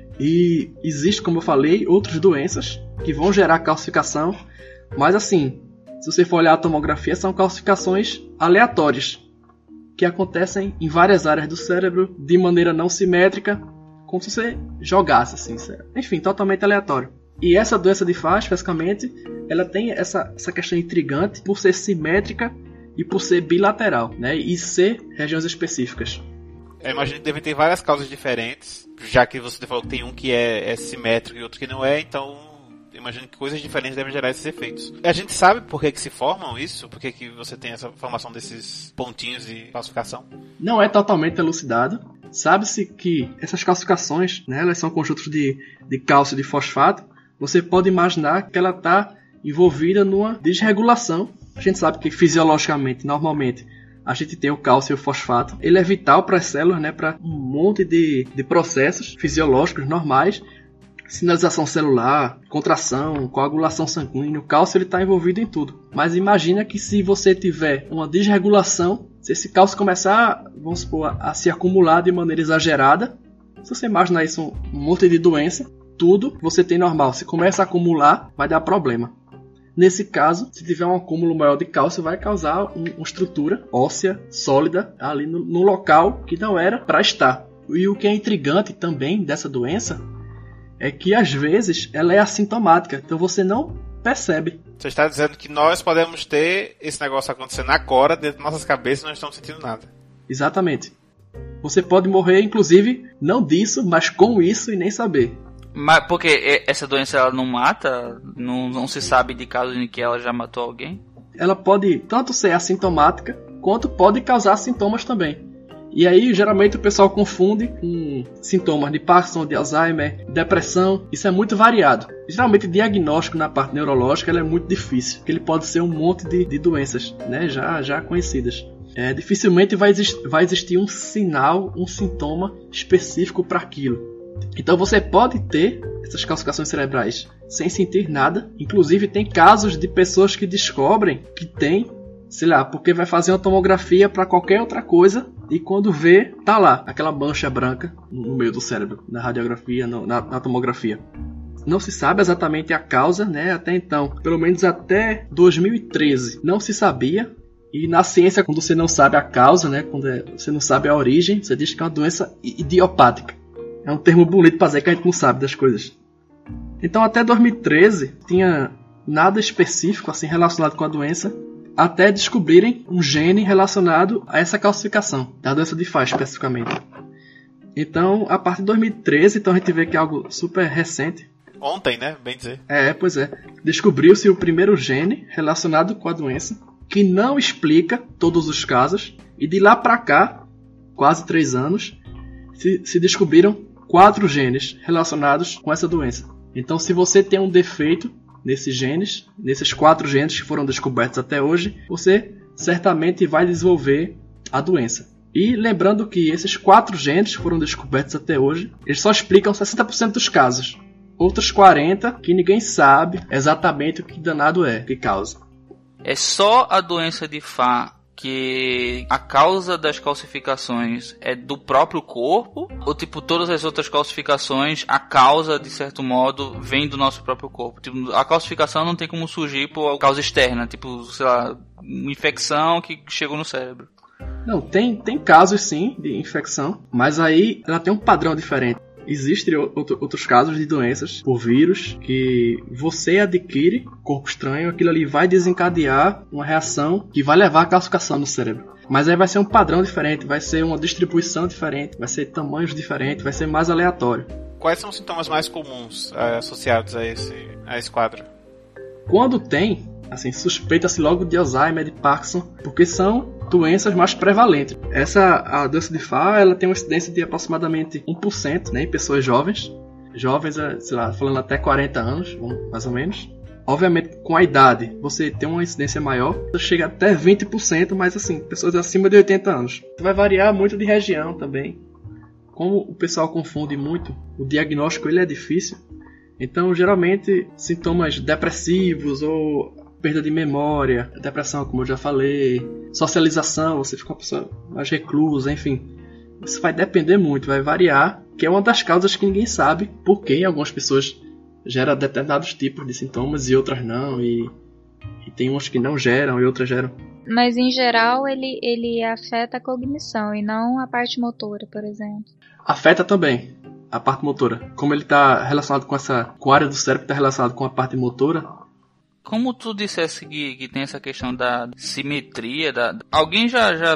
E existe, como eu falei, outras doenças que vão gerar calcificação, mas assim, se você for olhar a tomografia, são calcificações aleatórias, que acontecem em várias áreas do cérebro, de maneira não simétrica, como se você jogasse assim, enfim, totalmente aleatório. E essa doença de FAH, especificamente, ela tem essa questão intrigante por ser simétrica e por ser bilateral, né? E ser regiões específicas. Eu imagino que devem ter várias causas diferentes, já que você falou que tem um que é simétrico e outro que não é, então eu imagino que coisas diferentes devem gerar esses efeitos. A gente sabe por que se formam isso? Por que você tem essa formação desses pontinhos de calcificação? Não é totalmente elucidado. Sabe-se que essas calcificações, né, elas são conjuntos de cálcio e de fosfato. Você pode imaginar que ela está envolvida numa desregulação. A gente sabe que fisiologicamente, normalmente, a gente tem o cálcio e o fosfato. Ele é vital para as células, né, para um monte de processos fisiológicos normais. Sinalização celular, contração, coagulação sanguínea, o cálcio está envolvido em tudo. Mas imagina que se você tiver uma desregulação, se esse cálcio começar, vamos supor, a se acumular de maneira exagerada, se você imaginar isso um monte de doença, tudo você tem normal. Se começa a acumular, vai dar problema. Nesse caso, se tiver um acúmulo maior de cálcio, vai causar uma estrutura óssea sólida ali no local que não era para estar. E o que é intrigante também dessa doença é que às vezes ela é assintomática, então você não percebe. Você está dizendo que nós podemos ter esse negócio acontecendo agora dentro das nossas cabeças e não estamos sentindo nada. Exatamente. Você pode morrer, inclusive, não disso, mas com isso e nem saber. Mas porque essa doença ela não mata? Não se sabe de casos em que ela já matou alguém? Ela pode tanto ser assintomática, quanto pode causar sintomas também. E aí, geralmente, o pessoal confunde com sintomas de Parkinson, de Alzheimer, depressão. Isso é muito variado. Geralmente, o diagnóstico na parte neurológica é muito difícil, porque ele pode ser um monte de doenças, né, já conhecidas. Dificilmente vai existir um sinal, um sintoma específico para aquilo. Então, você pode ter essas calcificações cerebrais sem sentir nada. Inclusive, tem casos de pessoas que descobrem que tem, sei lá, porque vai fazer uma tomografia para qualquer outra coisa e quando vê, tá lá, aquela mancha branca no meio do cérebro, na radiografia, na tomografia. Não se sabe exatamente a causa, né, até então. Pelo menos até 2013 não se sabia. E na ciência, quando você não sabe a causa, né, quando você não sabe a origem, você diz que é uma doença idiopática. É um termo bonito para dizer que a gente não sabe das coisas. Então até 2013 tinha nada específico assim relacionado com a doença, até descobrirem um gene relacionado a essa calcificação, da doença de Fah especificamente. Então, a partir de 2013, então a gente vê que é algo super recente. Ontem, né? Bem dizer. Pois é. Descobriu-se o primeiro gene relacionado com a doença, que não explica todos os casos, e de lá para cá, quase 3 anos, se descobriram 4 genes relacionados com essa doença. Então, se você tem um defeito nesses genes, nesses 4 genes que foram descobertos até hoje, você certamente vai desenvolver a doença. E lembrando que esses 4 genes que foram descobertos até hoje, eles só explicam 60% dos casos. Outros 40% que ninguém sabe exatamente o que danado é, que causa. É só a doença de Fah que a causa das calcificações é do próprio corpo? Ou, tipo, todas as outras calcificações, a causa, de certo modo, vem do nosso próprio corpo? Tipo, a calcificação não tem como surgir por causa externa, tipo, sei lá, uma infecção que chegou no cérebro. Não, tem casos sim de infecção, mas aí ela tem um padrão diferente. Existem outros casos de doenças por vírus que você adquire, corpo estranho, aquilo ali vai desencadear uma reação que vai levar à calcificação no cérebro. Mas aí vai ser um padrão diferente, vai ser uma distribuição diferente, vai ser tamanhos diferentes, vai ser mais aleatório. Quais são os sintomas mais comuns associados a esse quadro? Quando tem, assim, suspeita-se logo de Alzheimer, de Parkinson, porque são doenças mais prevalentes. A doença de Fah, ela tem uma incidência de aproximadamente 1%, né, em pessoas jovens. Jovens, sei lá, falando até 40 anos, mais ou menos. Obviamente, com a idade, você tem uma incidência maior, chega até 20%, mas assim, pessoas acima de 80 anos. Vai variar muito de região também. Como o pessoal confunde muito, o diagnóstico ele é difícil. Então, geralmente, sintomas depressivos ou perda de memória, depressão, como eu já falei, socialização, você fica uma pessoa mais reclusa, enfim. Isso vai depender muito, vai variar, que é uma das causas que ninguém sabe por que algumas pessoas geram determinados tipos de sintomas e outras não, e tem uns que não geram e outras geram. Mas em geral ele afeta a cognição e não a parte motora, por exemplo. Afeta também a parte motora. Como ele está relacionado com a área do cérebro que está relacionado com a parte motora. Como tu dissesse que tem essa questão da simetria, alguém já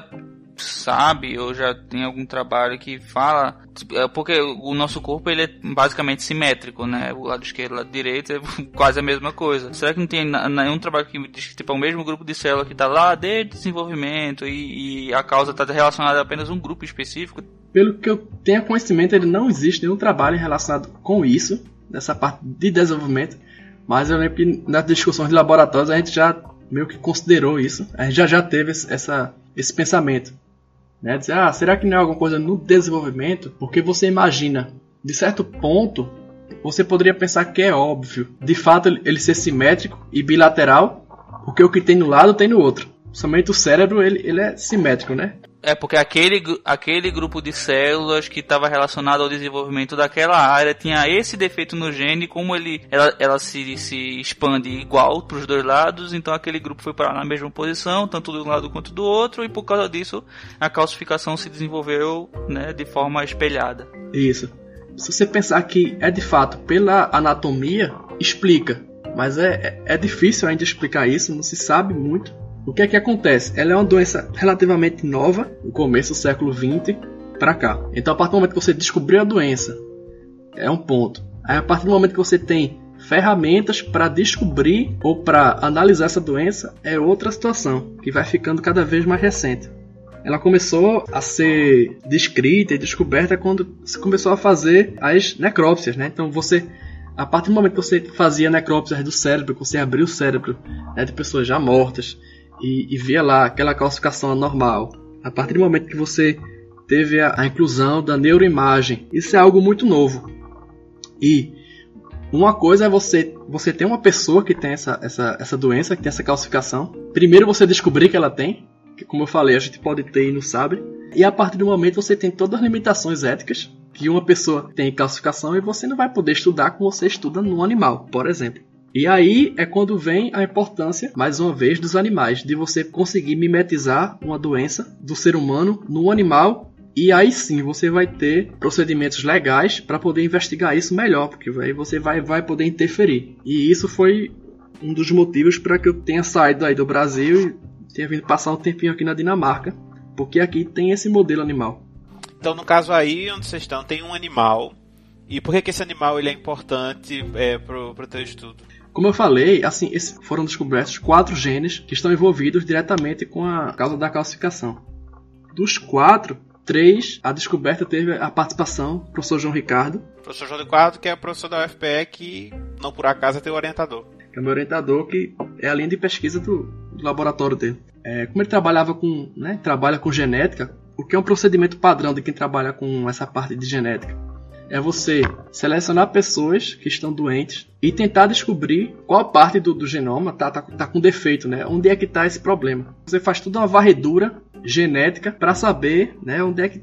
sabe ou já tem algum trabalho que fala, porque o nosso corpo ele é basicamente simétrico, né? O lado esquerdo e o lado direito é quase a mesma coisa. Será que não tem nenhum trabalho que diz que tipo, é o mesmo grupo de célula que está lá desde o desenvolvimento e a causa está relacionada a apenas um grupo específico? Pelo que eu tenho conhecimento, ele não existe nenhum trabalho relacionado com isso, nessa parte de desenvolvimento. Mas eu lembro que nas discussões de laboratórios a gente já meio que considerou isso. A gente já teve esse pensamento. Né? Dizer, será que não é alguma coisa no desenvolvimento? Porque você imagina, de certo ponto, você poderia pensar que é óbvio. De fato, ele ser simétrico e bilateral, porque o que tem no lado tem no outro. Somente o cérebro, ele é simétrico, né? É porque aquele grupo de células que estava relacionado ao desenvolvimento daquela área tinha esse defeito no gene, como ela se expande igual para os dois lados, então aquele grupo foi parar na mesma posição, tanto de um lado quanto do outro, e por causa disso a calcificação se desenvolveu, né, de forma espelhada. Isso. Se você pensar que é de fato pela anatomia, explica, mas é difícil ainda explicar isso, não se sabe muito. O que é que acontece? Ela é uma doença relativamente nova, no começo do século XX para cá. Então, a partir do momento que você descobriu a doença, é um ponto. Aí, a partir do momento que você tem ferramentas para descobrir ou para analisar essa doença é outra situação, que vai ficando cada vez mais recente. Ela começou a ser descrita e descoberta quando se começou a fazer as necrópsias, né? Então a partir do momento que você fazia necrópsias do cérebro, que você abria o cérebro, né, de pessoas já mortas e via lá aquela calcificação anormal, a partir do momento que você teve a inclusão da neuroimagem, isso é algo muito novo. E uma coisa é você ter uma pessoa que tem essa doença, que tem essa calcificação. Primeiro você descobrir que ela tem, que como eu falei, a gente pode ter e não sabe. E a partir do momento você tem todas as limitações éticas que uma pessoa tem calcificação e você não vai poder estudar como você estuda no animal, por exemplo. E aí é quando vem a importância, mais uma vez, dos animais, de você conseguir mimetizar uma doença do ser humano no animal. E aí sim você vai ter procedimentos legais para poder investigar isso melhor, porque aí você vai poder interferir. E isso foi um dos motivos para que eu tenha saído aí do Brasil e tenha vindo passar um tempinho aqui na Dinamarca, porque aqui tem esse modelo animal. Então, no caso aí onde vocês estão, tem um animal. E por que esse animal ele é importante para o teu estudo? Como eu falei, assim, foram descobertos 4 genes que estão envolvidos diretamente com a causa da calcificação. Dos 4, 3, a descoberta teve a participação do professor João Ricardo. Professor João Ricardo, que é professor da UFPE, que não por acaso é teu orientador. É o meu orientador, que é a linha de pesquisa do laboratório dele. Como ele trabalha com genética, o que é um procedimento padrão de quem trabalha com essa parte de genética? É você selecionar pessoas que estão doentes e tentar descobrir qual parte do genoma tá com defeito, né? Onde é que está esse problema. Você faz toda uma varredura genética para saber, né, onde é que,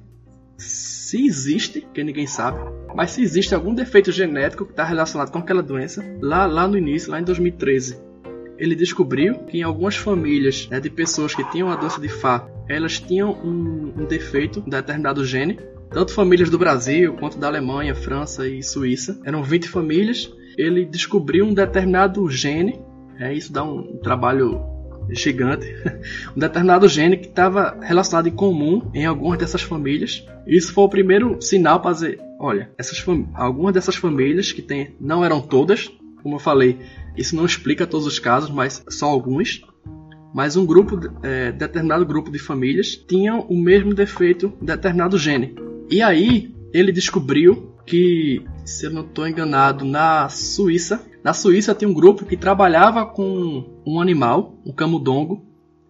se existe, que ninguém sabe, mas se existe algum defeito genético que está relacionado com aquela doença. Lá no início, lá em 2013, ele descobriu que em algumas famílias, né, de pessoas que tinham a doença de Fah, elas tinham um defeito em determinado gene. Tanto famílias do Brasil, quanto da Alemanha, França e Suíça. Eram 20 famílias. Ele descobriu um determinado gene. Isso dá um trabalho gigante. Um determinado gene que estava relacionado em comum em algumas dessas famílias. Isso foi o primeiro sinal para dizer, olha, algumas dessas famílias que tem, não eram todas. Como eu falei, isso não explica todos os casos, mas só alguns. Mas determinado grupo de famílias tinham o mesmo defeito em determinado gene. E aí, ele descobriu que, se eu não estou enganado, na Suíça tinha um grupo que trabalhava com um animal, um camundongo,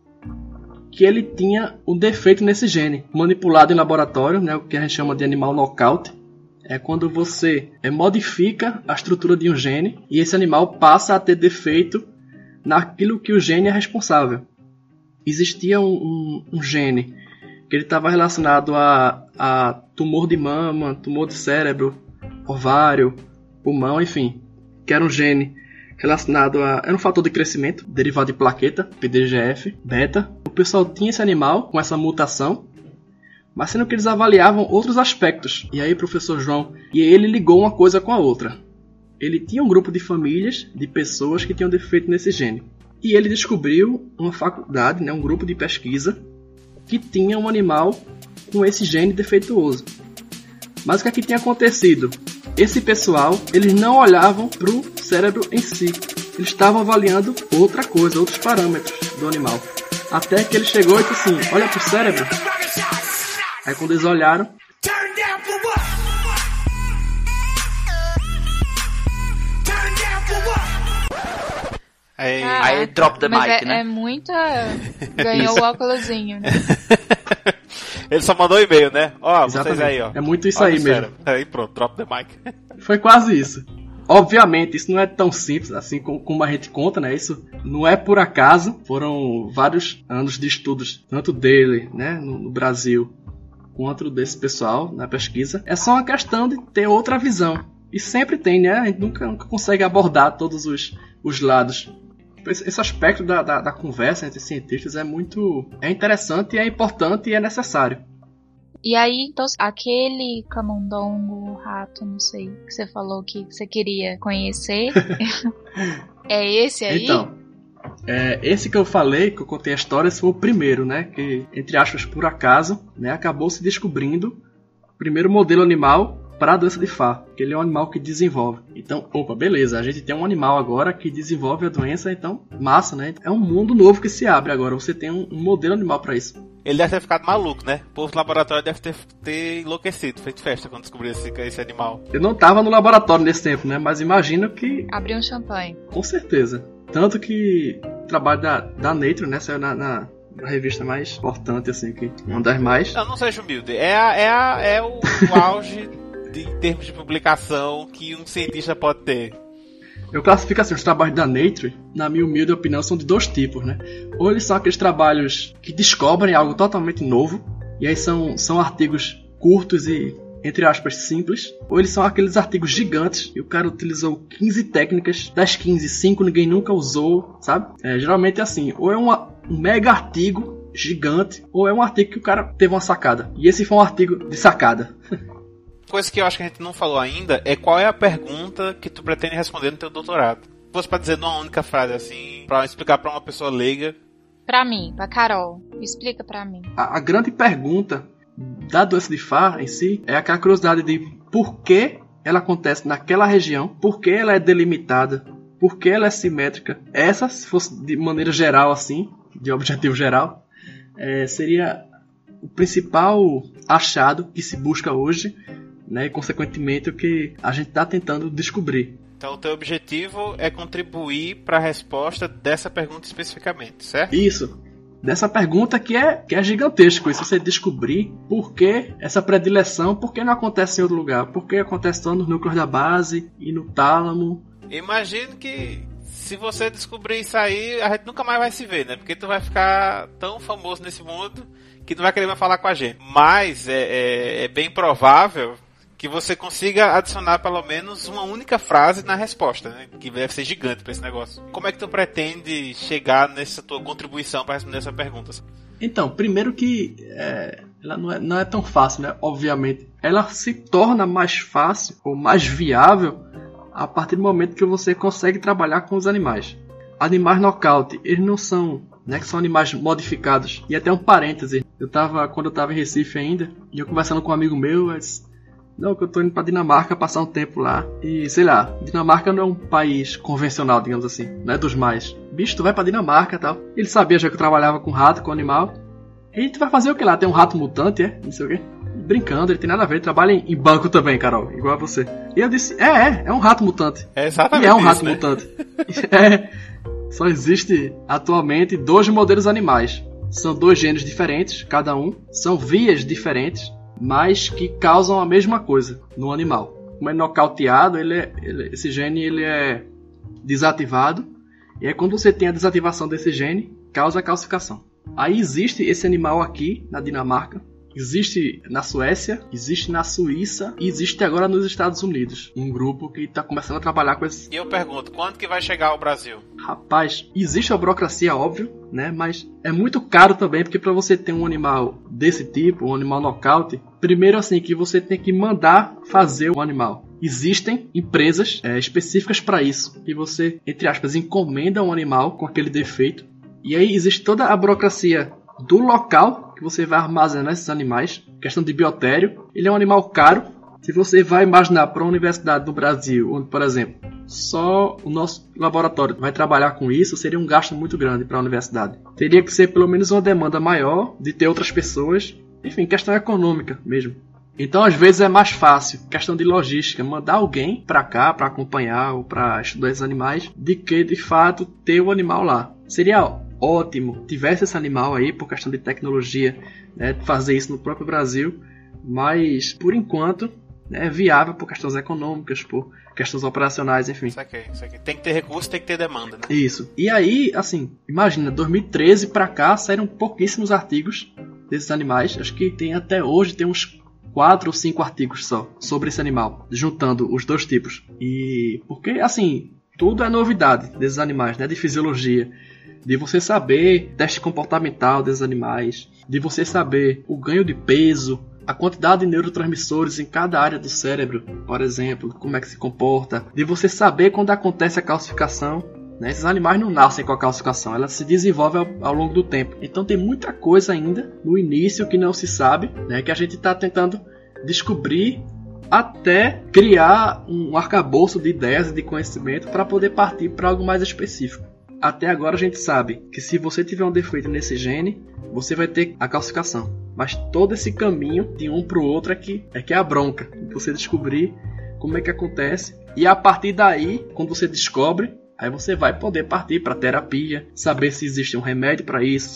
que ele tinha um defeito nesse gene, manipulado em laboratório, né, o que a gente chama de animal knockout. É quando você modifica a estrutura de um gene e esse animal passa a ter defeito naquilo que o gene é responsável. Existia um gene que ele estava relacionado a tumor de mama, tumor de cérebro, ovário, pulmão, enfim. Que era um gene relacionado era um fator de crescimento, derivado de plaqueta, PDGF, beta. O pessoal tinha esse animal com essa mutação, mas sendo que eles avaliavam outros aspectos. E aí o professor João, ele ligou uma coisa com a outra. Ele tinha um grupo de famílias, de pessoas que tinham defeito nesse gene. E ele descobriu uma faculdade, né, um grupo de pesquisa, que tinha um animal com esse gene defeituoso. Mas o que tinha acontecido? Esse pessoal, eles não olhavam para o cérebro em si. Eles estavam avaliando outra coisa, outros parâmetros do animal. Até que ele chegou e disse assim, olha para o cérebro. Aí quando eles olharam... Aí drop the mic, né? É muita... Ganhou o óculosinho, né? Ele só mandou e-mail, né? Ó, exatamente. Vocês aí, ó. É muito isso aí mesmo. Aí pronto, drop the mic. Foi quase isso. Obviamente, isso não é tão simples assim como a gente conta, né? Isso não é por acaso. Foram vários anos de estudos, tanto dele, né, no Brasil, quanto desse pessoal na pesquisa. É só uma questão de ter outra visão. E sempre tem, né? A gente nunca consegue abordar todos os lados. Esse aspecto da conversa entre cientistas é interessante, é importante e é necessário. E aí, então, aquele camundongo, rato, não sei, que você falou que você queria conhecer, é esse aí? Então, esse que eu falei, que eu contei a história, esse foi o primeiro, né? Que, entre aspas, por acaso, né, acabou se descobrindo o primeiro modelo animal para a doença de Farr, que ele é um animal que desenvolve. Então, opa, beleza, a gente tem um animal agora que desenvolve a doença, então, massa, né? É um mundo novo que se abre agora, você tem um modelo animal para isso. Ele deve ter ficado maluco, né? O povo do laboratório deve ter enlouquecido, feito festa quando descobriu esse animal. Eu não tava no laboratório nesse tempo, né? Mas imagino que... Abriu um champanhe. Com certeza. Tanto que o trabalho da Nature, né? Saiu na revista mais importante, assim, que uma das mais... Não seja humilde. É o auge em termos de publicação que um cientista pode ter. Eu classifico assim, os trabalhos da Nature, na minha humilde opinião, são de dois tipos, né? Ou eles são aqueles trabalhos que descobrem algo totalmente novo, e aí são artigos curtos e, entre aspas, simples. Ou eles são aqueles artigos gigantes, e o cara utilizou 15 técnicas, das 15, 5 ninguém nunca usou, sabe? Geralmente é assim, ou é um mega artigo gigante, ou é um artigo que o cara teve uma sacada. E esse foi um artigo de sacada. Coisa que eu acho que a gente não falou ainda é qual é a pergunta que tu pretende responder no teu doutorado. Se fosse pra dizer numa única frase assim, pra explicar pra uma pessoa leiga. Pra mim, pra Carol, explica pra mim. A grande pergunta da doença de Farr em si é aquela curiosidade de por que ela acontece naquela região, por que ela é delimitada, por que ela é simétrica. Essa, se fosse de maneira geral assim, de objetivo geral, seria o principal achado que se busca hoje, né, e consequentemente o que a gente está tentando descobrir. Então o teu objetivo é contribuir para a resposta dessa pergunta especificamente, certo? Isso. Dessa pergunta que é gigantesco. E se você descobrir por que essa predileção, por que não acontece em outro lugar, por que acontece só nos núcleos da base e no tálamo. Imagino que se você descobrir isso aí, a gente nunca mais vai se ver, né? Porque tu vai ficar tão famoso nesse mundo que não vai querer mais falar com a gente. Mas é bem provável que você consiga adicionar pelo menos uma única frase na resposta, né? Que deve ser gigante para esse negócio. Como é que tu pretende chegar nessa tua contribuição para responder essa pergunta? Então, primeiro que ela não é tão fácil, né? Obviamente. Ela se torna mais fácil ou mais viável a partir do momento que você consegue trabalhar com os animais. Animais nocaute, eles não são, né, que são animais modificados. E até um parêntese, quando eu tava em Recife ainda, e eu conversando com um amigo meu, eu disse, não, que eu tô indo pra Dinamarca passar um tempo lá. E, sei lá, Dinamarca não é um país convencional, digamos assim, não é dos mais. Bicho, tu vai pra Dinamarca e tal. Ele sabia já que eu trabalhava com rato, com animal. E tu vai fazer o que lá? Tem um rato mutante, não sei o quê. Brincando, ele tem nada a ver, ele trabalha em banco também, Carol, igual a você. E eu disse, é um rato mutante. É exatamente e é um isso, rato né? mutante. Só existe atualmente 2 modelos animais. São 2 genes diferentes, cada um. São vias diferentes, mas que causam a mesma coisa no animal. Como é nocauteado, esse gene ele é desativado. E aí quando você tem a desativação desse gene, causa a calcificação. Aí existe esse animal aqui na Dinamarca. Existe na Suécia, existe na Suíça e existe agora nos Estados Unidos. Um grupo que está começando a trabalhar com esse... E eu pergunto, quando que vai chegar ao Brasil? Rapaz, existe a burocracia, óbvio, né? Mas é muito caro também, porque para você ter um animal desse tipo, um animal nocaute, primeiro assim, que você tem que mandar fazer o animal. Existem empresas específicas para isso, que você, entre aspas, encomenda um animal com aquele defeito. E aí existe toda a burocracia do local que você vai armazenar esses animais, questão de biotério. Ele é um animal caro. Se você vai imaginar para uma universidade do Brasil, onde, por exemplo, só o nosso laboratório vai trabalhar com isso, seria um gasto muito grande para a universidade. Teria que ser pelo menos uma demanda maior de ter outras pessoas. Enfim, questão econômica mesmo. Então, às vezes é mais fácil, questão de logística, mandar alguém para cá para acompanhar ou para estudar esses animais, de que de fato ter o animal lá. Seria ótimo tivesse esse animal aí, por questão de tecnologia, né, fazer isso no próprio Brasil, mas por enquanto é viável por questões econômicas, por questões operacionais, enfim. Isso aqui. Tem que ter recurso, tem que ter demanda, né? Isso. E aí, assim, imagina, 2013 pra cá saíram pouquíssimos artigos desses animais. Acho que até hoje tem uns 4 ou 5 artigos só sobre esse animal, juntando os 2 tipos. E porque, assim, tudo é novidade desses animais, né, de fisiologia. De você saber teste comportamental desses animais, de você saber o ganho de peso, a quantidade de neurotransmissores em cada área do cérebro, por exemplo, como é que se comporta, de você saber quando acontece a calcificação, né? Esses animais não nascem com a calcificação, ela se desenvolve ao longo do tempo. Então tem muita coisa ainda no início que não se sabe, né? Que a gente está tentando descobrir até criar um arcabouço de ideias e de conhecimento para poder partir para algo mais específico. Até agora a gente sabe que se você tiver um defeito nesse gene, você vai ter a calcificação. Mas todo esse caminho de um para o outro é que é a bronca. Você descobrir como é que acontece. E a partir daí, quando você descobre, aí você vai poder partir para terapia, saber se existe um remédio para isso,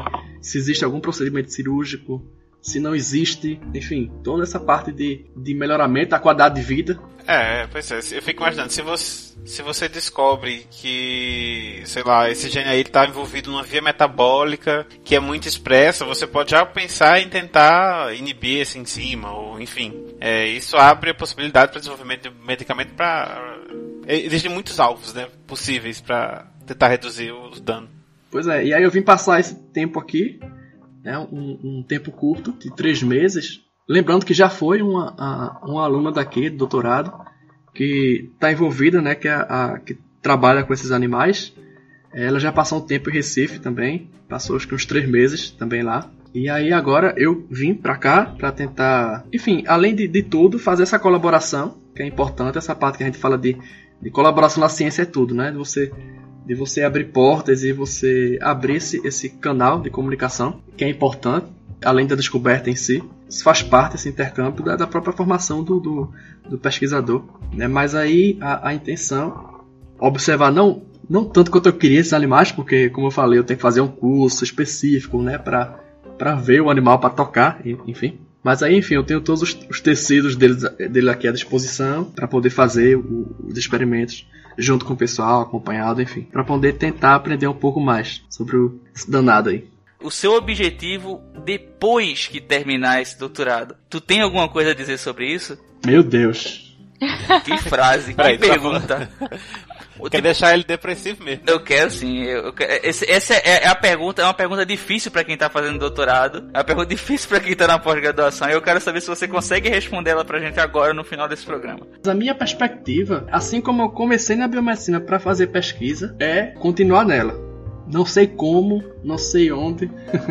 se existe algum procedimento cirúrgico, se não existe, enfim, toda essa parte de melhoramento da qualidade de vida. Pois é, eu fico imaginando, se você descobre que, sei lá, esse gene aí está envolvido numa via metabólica que é muito expressa, você pode já pensar em tentar inibir esse enzima, ou enfim. Isso abre a possibilidade para desenvolvimento de medicamento para... Existem muitos alvos, né, possíveis para tentar reduzir o dano. Pois é, e aí eu vim passar esse tempo aqui, né, um tempo curto, de 3 meses, lembrando que já foi uma aluna daqui, do doutorado, que está envolvida, né, que trabalha com esses animais. Ela já passou um tempo em Recife também, passou acho que uns 3 meses também lá. E aí agora eu vim pra cá para tentar, enfim, além de tudo, fazer essa colaboração, que é importante, essa parte que a gente fala de colaboração na ciência é tudo, né, de você abrir portas e você abrir esse canal de comunicação, que é importante, além da descoberta em si. Isso faz parte, esse intercâmbio, da própria formação do pesquisador, né? Mas aí a intenção, observar não tanto quanto eu queria esses animais, porque, como eu falei, eu tenho que fazer um curso específico, né, para ver o animal, para tocar, enfim. Mas aí, enfim, eu tenho todos os tecidos dele aqui à disposição para poder fazer os experimentos junto com o pessoal, acompanhado, enfim, para poder tentar aprender um pouco mais sobre esse danado aí. O seu objetivo depois que terminar esse doutorado, tu tem alguma coisa a dizer sobre isso? Meu Deus. Que frase, que pergunta. Quer deixar ele depressivo mesmo? Eu quero sim. Essa é a pergunta, é uma pergunta difícil pra quem tá fazendo doutorado. É uma pergunta difícil pra quem tá na pós-graduação. E eu quero saber se você consegue responder ela pra gente agora no final desse programa. A minha perspectiva, assim como eu comecei na biomedicina pra fazer pesquisa, é continuar nela. Não sei como, não sei onde,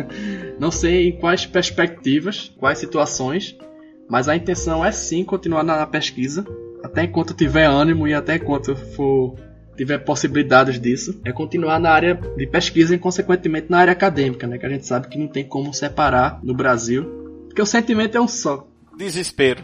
não sei em quais perspectivas, quais situações, mas a intenção é sim continuar na pesquisa, até enquanto eu tiver ânimo e até enquanto eu tiver possibilidades disso, é continuar na área de pesquisa e consequentemente na área acadêmica, né, que a gente sabe que não tem como separar no Brasil, porque o sentimento é um só. Desespero.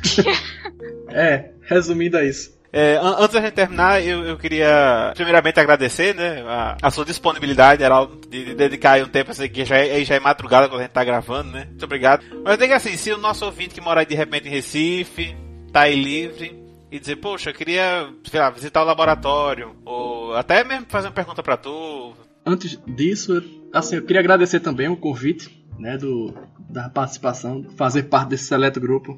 Resumindo a isso. Antes da gente terminar, eu queria primeiramente agradecer, né, a sua disponibilidade, Heraldo, de dedicar aí um tempo, assim, que já é madrugada quando a gente tá gravando, né? Muito obrigado. Mas eu digo assim, se o nosso ouvinte que mora aí de repente em Recife, tá aí livre, e dizer, poxa, eu queria, sei lá, visitar o laboratório, ou até mesmo fazer uma pergunta pra tu. Antes disso, assim, eu queria agradecer também o convite, né, da participação, fazer parte desse seleto grupo.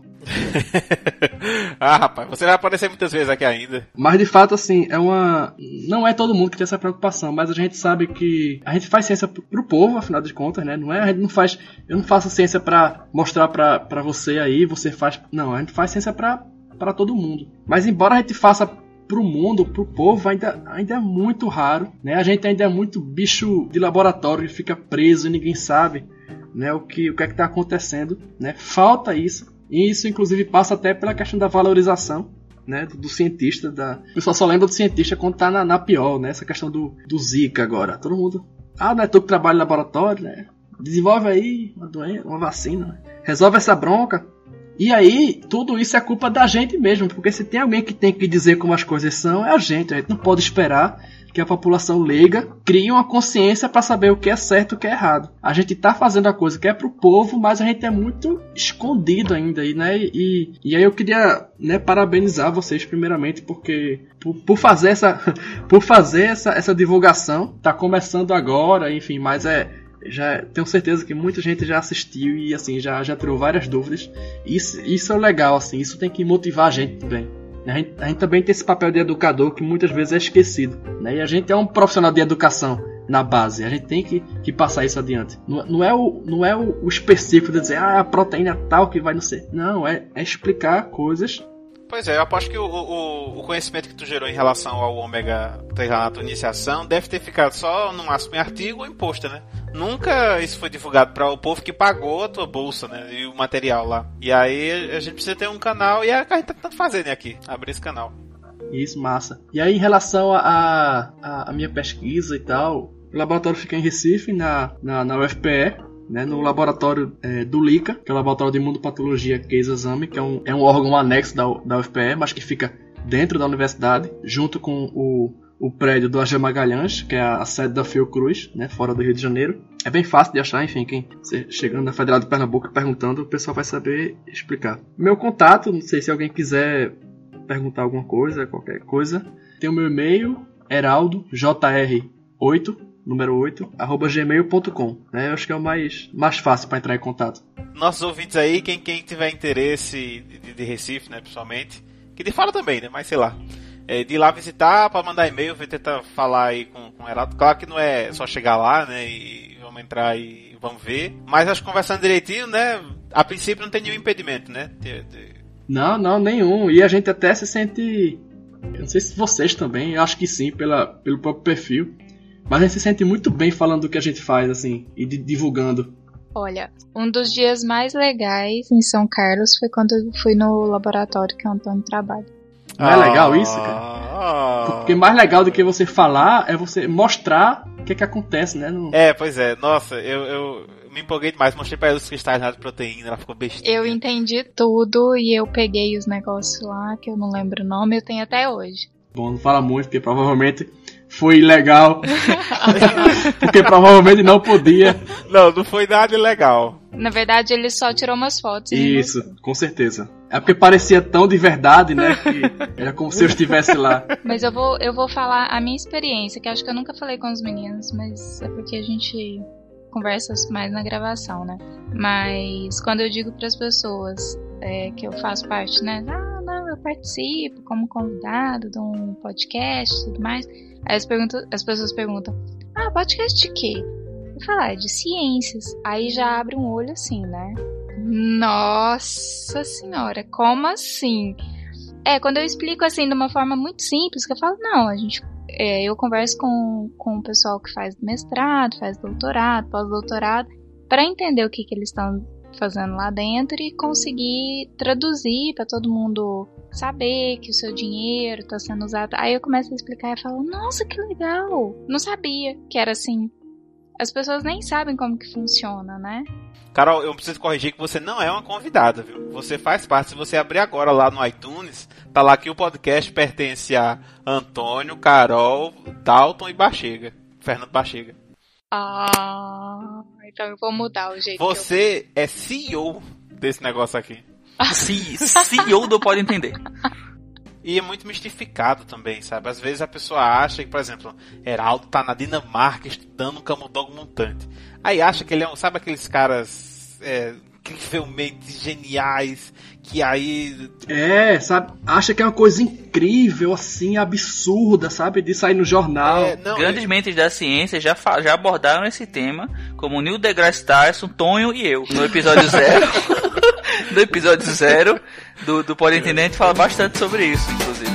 Rapaz, você vai aparecer muitas vezes aqui ainda. Mas de fato, assim, não é todo mundo que tem essa preocupação, mas a gente sabe que a gente faz ciência pro povo, afinal de contas, né? Eu não faço ciência pra mostrar pra você aí, você faz. Não, a gente faz ciência pra todo mundo. Mas embora a gente faça pro mundo, pro povo, ainda é muito raro, né? A gente ainda é muito bicho de laboratório que fica preso e ninguém sabe, né, o que é que está acontecendo, né? Falta isso, e isso inclusive passa até pela questão da valorização, né, do cientista. O pessoal só lembra do cientista quando está na pior, né? Essa questão do Zika agora, todo mundo, não é tu que trabalha no laboratório, né? Desenvolve aí uma doença, uma vacina, né? Resolve essa bronca. E aí, tudo isso é culpa da gente mesmo, porque se tem alguém que tem que dizer como as coisas são, é a gente não pode esperar que a população leiga crie uma consciência para saber o que é certo e o que é errado. A gente tá fazendo a coisa que é pro povo, mas a gente é muito escondido ainda, né? E aí eu queria, né, parabenizar vocês primeiramente, porque por fazer essa divulgação, tá começando agora, enfim, mas já tenho certeza que muita gente já assistiu e assim já tirou várias dúvidas. Isso é legal, assim, isso tem que motivar a gente também. A gente também tem esse papel de educador que muitas vezes é esquecido, né? E a gente é um profissional de educação na base, a gente tem que passar isso adiante. Não é o específico de dizer a proteína tal que vai não ser. Não, é explicar coisas. Pois é, eu aposto que o conhecimento que tu gerou em relação ao ômega 3 na tua iniciação deve ter ficado só no máximo em artigo ou em pôster, né? Nunca isso foi divulgado para o povo que pagou a tua bolsa, né? E o material lá. E aí a gente precisa ter um canal e a gente tá tentando fazer, né, aqui. Abrir esse canal. Isso, massa. E aí, em relação a minha pesquisa e tal, o laboratório fica em Recife, na UFPE, né, no laboratório do LICA, que é o Laboratório de Imunopatologia Case Exame, que é um órgão anexo da UFPE, mas que fica dentro da universidade, junto com o prédio do AG Magalhães, que é a sede da Fiocruz, né, fora do Rio de Janeiro. É bem fácil de achar, enfim, quem chegando na Federal de Pernambuco perguntando, o pessoal vai saber explicar. Meu contato, não sei se alguém quiser perguntar alguma coisa, qualquer coisa, tem o meu e-mail, heraldojr8, número 8, @gmail.com, né? Eu acho que é o mais fácil para entrar em contato. Nossos ouvintes aí, quem tiver interesse de Recife, né, pessoalmente, que de fora também, né, mas sei lá, de ir lá visitar, para mandar e-mail, tentar falar aí com o Heraldo. Claro que não é só chegar lá, né, e vamos entrar e vamos ver, mas acho que conversando direitinho, né, a princípio não tem nenhum impedimento, né, Não, nenhum. E a gente até se sente... Eu não sei se vocês também, eu acho que sim, pelo próprio perfil. Mas a gente se sente muito bem falando do que a gente faz, assim, e divulgando. Olha, um dos dias mais legais em São Carlos foi quando eu fui no laboratório que o Antônio trabalha. Não é legal isso, cara? Porque mais legal do que você falar é você mostrar o que acontece, né? Pois é. Nossa, eu me empolguei demais. Mostrei pra ela os cristais de proteína, ela ficou bestinha. Eu entendi tudo e eu peguei os negócios lá, que eu não lembro o nome, eu tenho até hoje. Bom, não fala muito, porque provavelmente foi ilegal. Porque provavelmente não podia. Não foi nada ilegal. Na verdade, ele só tirou umas fotos. Isso, com certeza. É porque parecia tão de verdade, né? Que era como se eu estivesse lá. Mas eu vou falar a minha experiência, que acho que eu nunca falei com os meninos, mas é porque a gente conversa mais na gravação, né? Mas quando eu digo para as pessoas que eu faço parte, né? Não, eu participo como convidado de um podcast e tudo mais. Aí as pessoas perguntam, podcast de quê? Eu falo, de ciências. Aí já abre um olho assim, né? Nossa senhora, como assim? Quando eu explico assim de uma forma muito simples, que eu falo, não, eu converso com o pessoal que faz mestrado, faz doutorado, pós-doutorado, para entender o que eles estão fazendo lá dentro e conseguir traduzir para todo mundo saber que o seu dinheiro está sendo usado. Aí eu começo a explicar e falo, nossa, que legal! Não sabia que era assim. As pessoas nem sabem como que funciona, né? Carol, eu preciso corrigir que você não é uma convidada, viu? Você faz parte, se você abrir agora lá no iTunes, tá lá que o podcast pertence a Antônio, Carol, Dalton e Bachega. Fernando Bachega. Então eu vou mudar o jeito. Você é CEO desse negócio aqui. CEO do Pode Entender. E é muito mistificado também, sabe? Às vezes a pessoa acha que, por exemplo, Heraldo tá na Dinamarca estudando um camundongo mutante. Aí acha que ele é sabe aqueles caras incrivelmente geniais que aí... sabe? Acha que é uma coisa incrível, assim, absurda, sabe? De sair no jornal. Grandes mentes da ciência já abordaram esse tema, como Neil deGrasse Tyson, Tonho e eu. No episódio 0... No episódio 0 do Pode Entender, a gente fala bastante sobre isso, inclusive.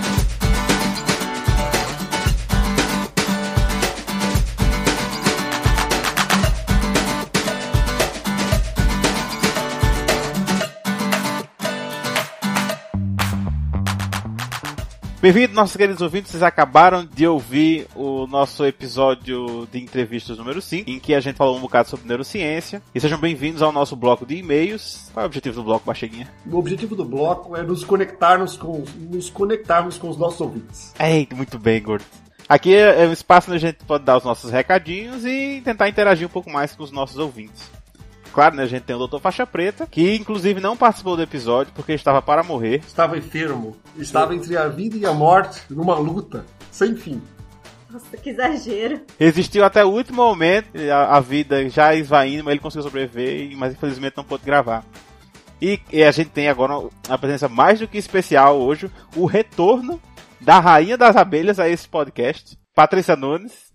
Bem-vindos, nossos queridos ouvintes. Vocês acabaram de ouvir o nosso episódio de entrevistas número 5, em que a gente falou um bocado sobre neurociência. E sejam bem-vindos ao nosso bloco de e-mails. Qual é o objetivo do bloco, Bacheguinha? O objetivo do bloco é nos conectarmos com os nossos ouvintes. Muito bem, Gordo. Aqui é um espaço onde a gente pode dar os nossos recadinhos e tentar interagir um pouco mais com os nossos ouvintes. Claro, né, a gente tem o Dr. Faixa Preta, que inclusive não participou do episódio porque estava para morrer. Estava enfermo. Estava entre a vida e a morte, numa luta sem fim. Nossa, que exagero. Resistiu até o último momento, a vida já esvaindo, mas ele conseguiu sobreviver, mas infelizmente não pôde gravar. E a gente tem agora uma presença mais do que especial hoje, o retorno da Rainha das Abelhas a esse podcast, Patrícia Nunes.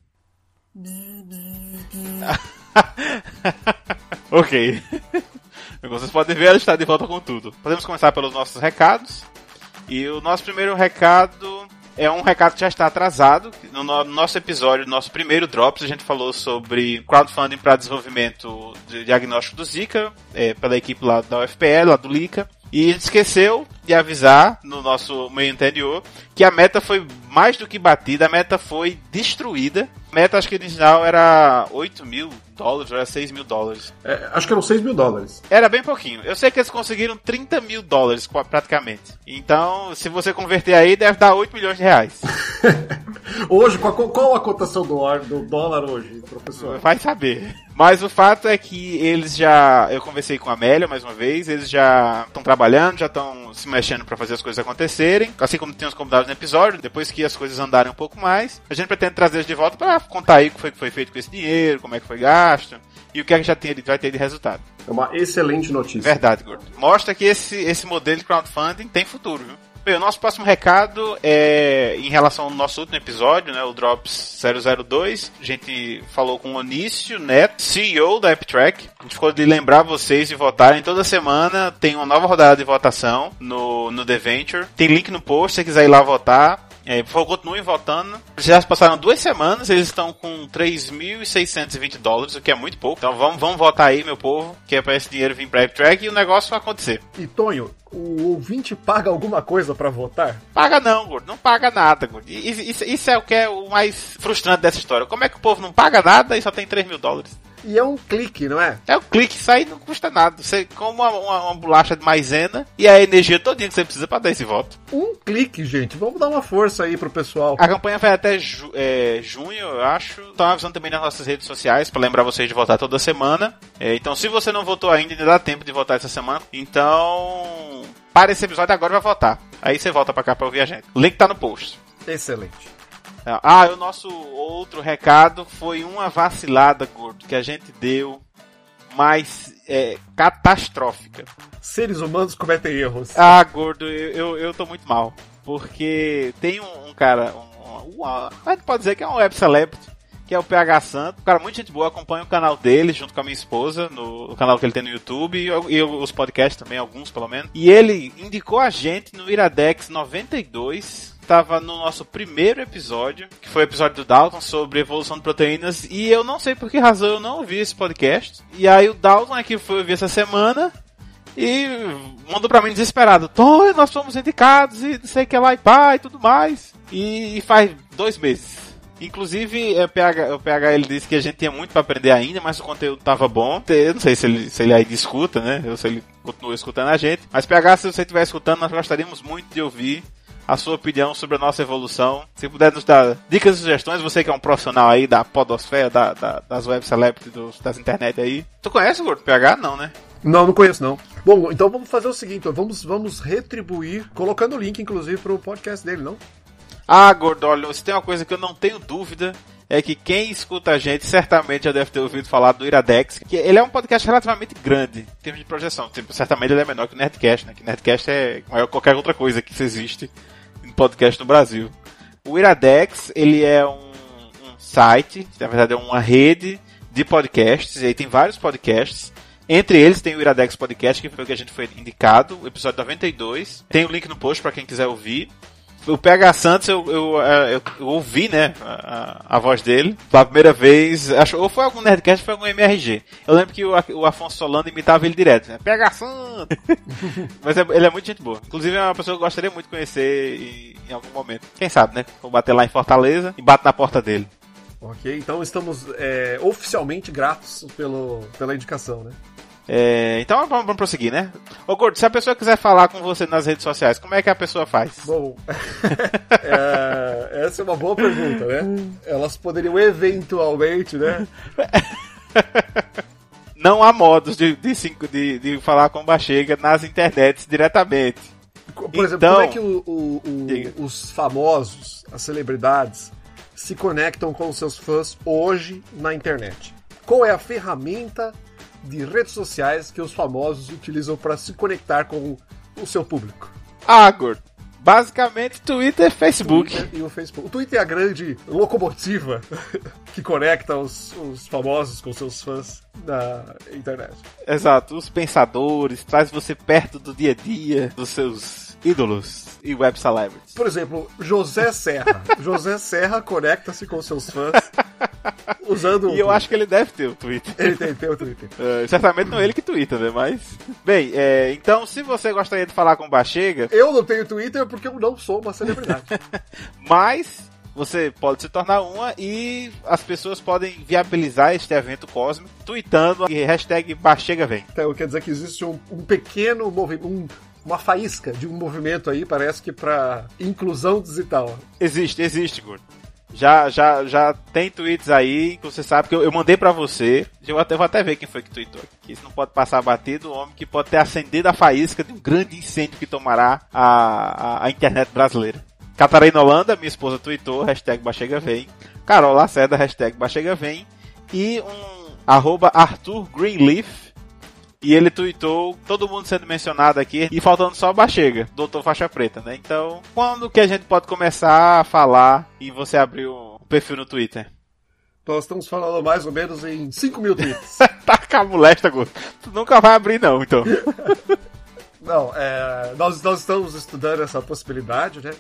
Ok. Como vocês podem ver, ela está de volta com tudo. Podemos começar pelos nossos recados. E o nosso primeiro recado é um recado que já está atrasado. No nosso episódio, no nosso primeiro Drops, a gente falou sobre crowdfunding para desenvolvimento de diagnóstico do Zika, pela equipe lá da UFPE, lá do LICA. E a gente esqueceu de avisar no nosso meio anterior que a meta foi mais do que batida, a meta foi destruída. A meta, acho que original era $8.000, ou era $6.000. Acho que eram $6.000. Era bem pouquinho. Eu sei que eles conseguiram $30.000 praticamente. Então, se você converter aí, deve dar $8 milhões. Hoje, qual a cotação do dólar hoje, professor? Vai saber. Mas o fato é que eles já... Eu conversei com a Amélia mais uma vez, eles já estão trabalhando, já estão se mexendo para fazer as coisas acontecerem. Assim como tem os convidados no episódio, depois que as coisas andarem um pouco mais, a gente pretende trazer eles de volta para contar aí o que foi feito com esse dinheiro, como é que foi gasto e o que é que vai ter de resultado. É uma excelente notícia. Verdade, Gordo. Mostra que esse modelo de crowdfunding tem futuro, viu? Bem, o nosso próximo recado é em relação ao nosso último episódio, né, o Drops 002. A gente falou com o Onício Neto, CEO da AppTrack. A gente ficou de lembrar vocês de votarem. Toda semana tem uma nova rodada de votação no The Venture. Tem link no post, se você quiser ir lá votar. Por favor, continuem votando. Já passaram 2 semanas, eles estão com $3.620, o que é muito pouco. Então vamos votar aí, meu povo, que é para esse dinheiro vir para a AppTrack e o negócio vai acontecer. E Tonho, o ouvinte paga alguma coisa para votar? Paga não, Gordo. Não paga nada, Gordo. Isso é o que é o mais frustrante dessa história. Como é que o povo não paga nada e só tem $3.000? E é um clique, não é? É um clique, isso aí não custa nada. Você come uma bolacha de maisena e a energia todinha que você precisa pra dar esse voto. Um clique, gente. Vamos dar uma força aí pro pessoal. A campanha vai até junho, eu acho. Estão avisando também nas nossas redes sociais pra lembrar vocês de votar toda semana. Então, se você não votou ainda dá tempo de votar essa semana. Então, para esse episódio agora e vai votar. Aí você volta pra cá pra ouvir a gente. O link tá no post. Excelente. O nosso outro recado foi uma vacilada, Gordo, que a gente deu, mas catastrófica. Seres humanos cometem erros. Gordo, eu tô muito mal. Porque tem um cara, a gente pode dizer que é um web celebrity, que é o PH Santo. Um cara muito gente boa, acompanha o canal dele junto com a minha esposa, no canal que ele tem no YouTube, e os podcasts também, alguns pelo menos. E ele indicou a gente no Iradex 92... Estava no nosso primeiro episódio, que foi o episódio do Dalton sobre evolução de proteínas, e eu não sei por que razão eu não ouvi esse podcast. E aí o Dalton aqui foi ouvir essa semana e mandou pra mim desesperado: Tom, nós fomos indicados e não sei o que lá e pá e tudo mais. E faz 2 meses. Inclusive, o PH ele disse que a gente tinha muito pra aprender ainda, mas o conteúdo tava bom. Eu não sei se ele ainda escuta, né? Ou se ele continua escutando a gente. Mas PH, se você estiver escutando, nós gostaríamos muito de ouvir a sua opinião sobre a nossa evolução. Se puder nos dar dicas e sugestões, você que é um profissional aí da podosfera, das web celebrities, das internet aí. Tu conhece o Gordo PH? Não, né? Não conheço não. Bom, então vamos fazer o seguinte, vamos retribuir, colocando o link inclusive pro podcast dele, não? Gordo, olha, se tem uma coisa que eu não tenho dúvida, é que quem escuta a gente certamente já deve ter ouvido falar do Iradex, que ele é um podcast relativamente grande em termos de projeção. Certamente ele é menor que o Nerdcast, né? Que o Nerdcast é maior que qualquer outra coisa que existe em podcast no Brasil. O Iradex, ele é um site, na verdade é uma rede de podcasts, e aí tem vários podcasts. Entre eles tem o Iradex Podcast, que foi o que a gente foi indicado, o episódio 92. Tem o link no post para quem quiser ouvir. O PH Santos, eu ouvi, né, a voz dele pela primeira vez, ou foi algum Nerdcast ou foi algum MRG. Eu lembro que o Afonso Solano imitava ele direto, né? PH Santos! Mas ele é muito gente boa. Inclusive é uma pessoa que eu gostaria muito de conhecer em algum momento. Quem sabe, né? Vou bater lá em Fortaleza e bato na porta dele. Ok, então estamos oficialmente gratos pela indicação, né? Então vamos prosseguir, né? Ô Gordo, se a pessoa quiser falar com você nas redes sociais, como é que a pessoa faz? Bom, essa é uma boa pergunta, né? Elas poderiam eventualmente, né? Não há modos de falar com o Bachega nas internets diretamente. Por exemplo, como é que os famosos, as celebridades, se conectam com os seus fãs hoje na internet? Qual é a ferramenta de redes sociais que os famosos utilizam para se conectar com o seu público? Gordo, basicamente Twitter e Facebook. O Twitter é a grande locomotiva que conecta os famosos com seus fãs na internet. Exato, os pensadores, traz você perto do dia a dia, dos seus ídolos e web celebrities. Por exemplo, José Serra. José Serra conecta-se com seus fãs usando... E eu acho que ele deve ter o Twitter. Ele tem o Twitter. Certamente não ele que twitta, né? Mas... Bem, então se você gostaria de falar com o Bachega... Eu não tenho Twitter porque eu não sou uma celebridade. Mas... Você pode se tornar uma e as pessoas podem viabilizar este evento cósmico tweetando a hashtag BachegaVem. Então, quer dizer que existe um pequeno movimento, uma faísca de um movimento aí, parece que para inclusão digital. Existe, Gordo. Já tem tweets aí que você sabe que eu mandei pra você. Eu vou até ver quem foi que tweetou. Que isso não pode passar batido. O homem que pode ter acendido a faísca de um grande incêndio que tomará a internet brasileira. Catarina Holanda, minha esposa, tweetou, hashtag BachegaVem. Carol Lacerda, hashtag BachegaVem. E @Arthur Greenleaf. E ele tweetou, todo mundo sendo mencionado aqui, e faltando só Bachega, Doutor Faixa Preta, né? Então, quando que a gente pode começar a falar e você abrir o perfil no Twitter? Nós estamos falando mais ou menos em 5 mil tweets. Tá com a molesta, Guto. Tu nunca vai abrir não, então. Não, nós estamos estudando essa possibilidade, né?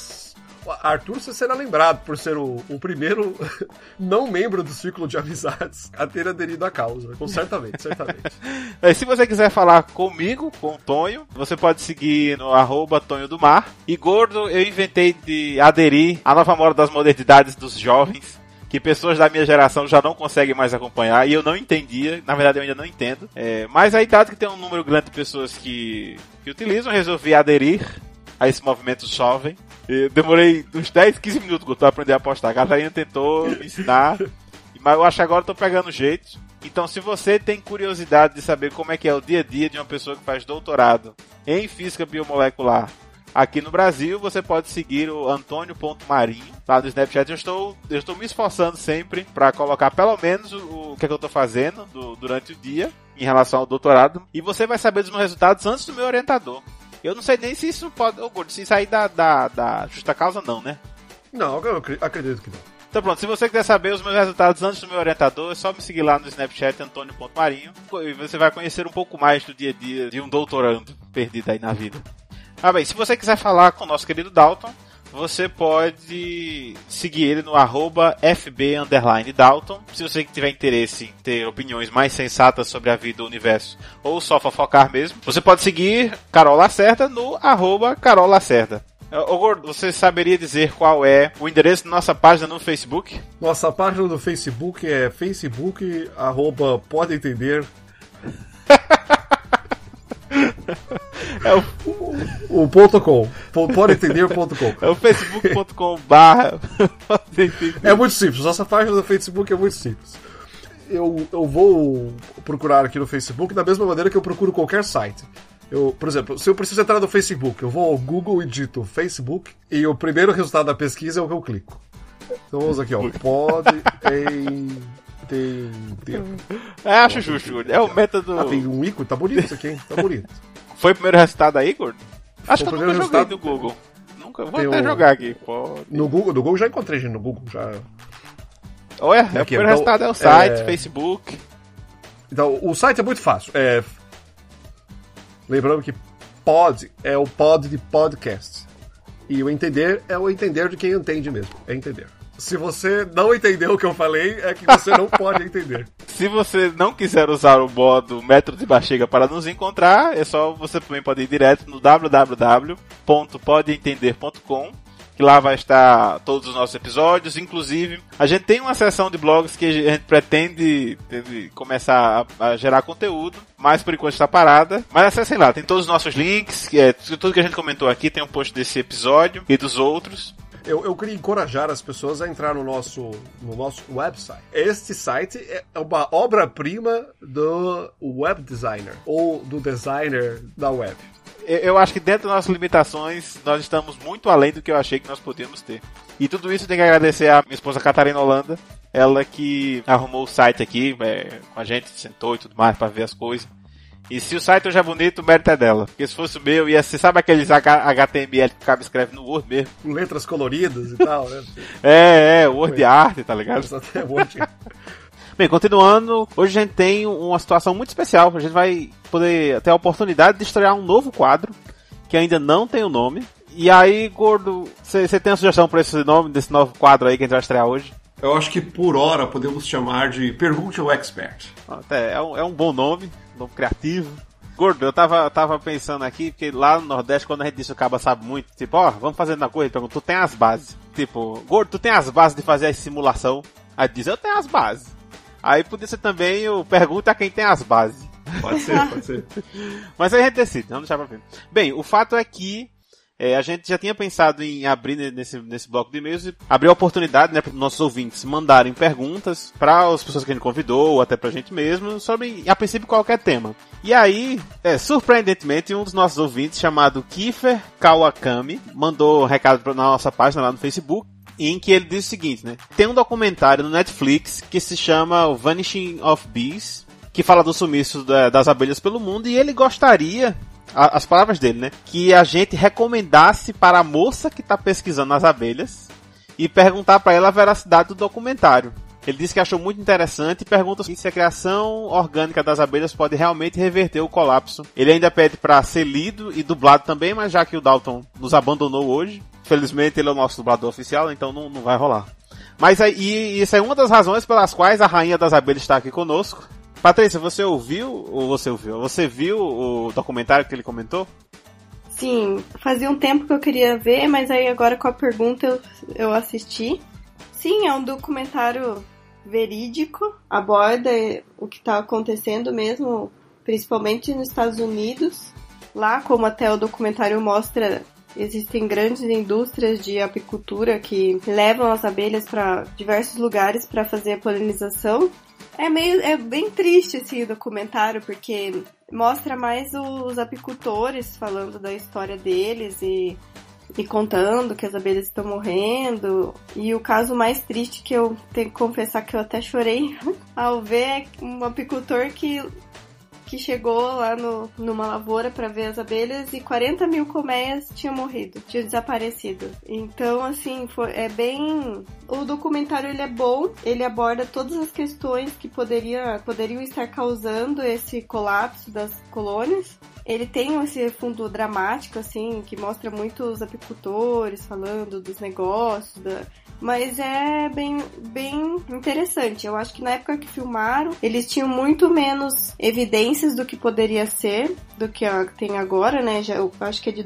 Arthur, você será lembrado por ser o primeiro não membro do círculo de amizades a ter aderido à causa. Certamente. Se você quiser falar comigo, com o Tonho, você pode seguir no @Tonho do Mar. E Gordo, eu inventei de aderir à nova moda das modernidades dos jovens, que pessoas da minha geração já não conseguem mais acompanhar, e eu não entendia, na verdade eu ainda não entendo. Mas aí, dado que tem um número grande de pessoas que utilizam, resolvi aderir a esse movimento jovem. Eu demorei uns 10, 15 minutos para aprender a apostar. A Catarina tentou me ensinar, mas eu acho que agora eu tô pegando jeito. Então, se você tem curiosidade de saber como é que é o dia a dia de uma pessoa que faz doutorado em física biomolecular aqui no Brasil, você pode seguir o Antônio.Marinho lá no Snapchat. Eu estou me esforçando sempre para colocar pelo menos o que é que eu estou fazendo durante o dia em relação ao doutorado. E você vai saber dos meus resultados antes do meu orientador. Eu não sei nem se isso pode... se sair da justa causa, não, né? Não, eu acredito que não. Então pronto, se você quiser saber os meus resultados antes do meu orientador, é só me seguir lá no Snapchat, Antônio.Marinho. E você vai conhecer um pouco mais do dia a dia de um doutorando perdido aí na vida. Bem, se você quiser falar com o nosso querido Dalton, você pode seguir ele no @FB_Dalton. Se você tiver interesse em ter opiniões mais sensatas sobre a vida, o universo, ou só fofocar mesmo, você pode seguir Carol Lacerda no @Carol Lacerda. Ô Gordo, você saberia dizer qual é o endereço da nossa página no Facebook? Nossa página no Facebook é facebook.podentender. O .com. Podentender.com. É o facebook.com/. É muito simples. Nossa página do Facebook é muito simples. Eu vou procurar aqui no Facebook da mesma maneira que eu procuro qualquer site. Por exemplo, se eu preciso entrar no Facebook, eu vou ao Google e digito Facebook e o primeiro resultado da pesquisa é o que eu clico. Então vamos aqui, ó. Acho justo, é o método. Tem um ícone, tá bonito isso aqui, hein? Tá bonito. Foi o primeiro resultado aí, Gordo? Acho que eu nunca joguei resultado... no Google. Vou até jogar aqui. Pode. No Google já encontrei, gente, no Google já. Olha, o primeiro resultado é o site, Facebook. Então, o site é muito fácil. Lembrando que pod é o pod de podcast. E o entender é o entender de quem entende mesmo. É entender. Se você não entendeu o que eu falei, é que você não pode entender. Se você não quiser usar o modo Método de Bachega para nos encontrar, é só você também pode ir direto no www.podentender.com, que lá vai estar todos os nossos episódios. Inclusive, a gente tem uma seção de blogs que a gente pretende começar a gerar conteúdo, mas por enquanto está parada. Mas acessem lá, tem todos os nossos links, tudo que a gente comentou aqui, tem um post desse episódio e dos outros. Eu queria encorajar as pessoas a entrar no nosso website. Este site é uma obra-prima do web designer, ou do designer da web. Eu acho que dentro das nossas limitações, nós estamos muito além do que eu achei que nós podíamos ter. E tudo isso tem que agradecer a minha esposa Catarina Holanda, ela que arrumou o site aqui, com a gente, sentou e tudo mais para ver as coisas. E se o site hoje é bonito, o mérito é dela. Porque se fosse o meu, ia ser, sabe aqueles HTML que o cara escreve no Word mesmo? Com letras coloridas e tal, né? Word Art, tá ligado? Até Word. Bem, continuando, hoje a gente tem uma situação muito especial. A gente vai poder ter a oportunidade de estrear um novo quadro, que ainda não tem o nome. E aí, Gordo, você tem uma sugestão pra esse nome, desse novo quadro aí que a gente vai estrear hoje? Eu acho que por hora podemos chamar de Pergunte ao Expert. É um bom nome criativo. Gordo, eu tava pensando aqui, porque lá no Nordeste, quando a gente diz que o caba sabe muito, tipo, vamos fazer na coisa, ele pergunta, tu tem as bases? Tipo, Gordo, tu tem as bases de fazer a simulação? Aí diz, eu tenho as bases. Aí podia ser também o pergunta a quem tem as bases. Pode ser. Mas aí a gente decide, vamos deixar pra ver. Bem, o fato é que a gente já tinha pensado em abrir nesse bloco de e-mails e abrir a oportunidade, né, para os nossos ouvintes mandarem perguntas para as pessoas que a gente convidou, ou até pra gente mesmo, sobre, a princípio, qualquer tema. E aí, surpreendentemente, um dos nossos ouvintes, chamado Kiefer Kawakami, mandou um recado na nossa página lá no Facebook, em que ele diz o seguinte, né? Tem um documentário no Netflix que se chama o Vanishing of Bees, que fala do sumiço das abelhas pelo mundo, e ele gostaria, as palavras dele, né, que a gente recomendasse para a moça que está pesquisando as abelhas e perguntar para ela a veracidade do documentário. Ele disse que achou muito interessante e pergunta se a criação orgânica das abelhas pode realmente reverter o colapso. Ele ainda pede para ser lido e dublado também, mas já que o Dalton nos abandonou hoje, felizmente ele é o nosso dublador oficial, então não vai rolar. Mas aí, isso é uma das razões pelas quais a rainha das abelhas está aqui conosco. Patrícia, você viu o documentário que ele comentou? Sim, fazia um tempo que eu queria ver, mas aí agora com a pergunta eu assisti. Sim, é um documentário verídico, aborda o que está acontecendo mesmo, principalmente nos Estados Unidos. Lá, como até o documentário mostra, existem grandes indústrias de apicultura que levam as abelhas para diversos lugares para fazer a polinização. É bem triste esse documentário, porque mostra mais os apicultores falando da história deles e contando que as abelhas estão morrendo. E o caso mais triste, que eu tenho que confessar que eu até chorei ao ver, é um apicultor que chegou lá numa lavoura para ver as abelhas e 40 mil colmeias tinham morrido, tinham desaparecido. Então, assim, o documentário ele é bom, ele aborda todas as questões que poderiam estar causando esse colapso das colônias. Ele tem esse fundo dramático, assim, que mostra muito os apicultores falando dos negócios, mas é bem interessante. Eu acho que na época que filmaram, eles tinham muito menos evidências do que poderia ser, do que tem agora, né? Eu acho que é de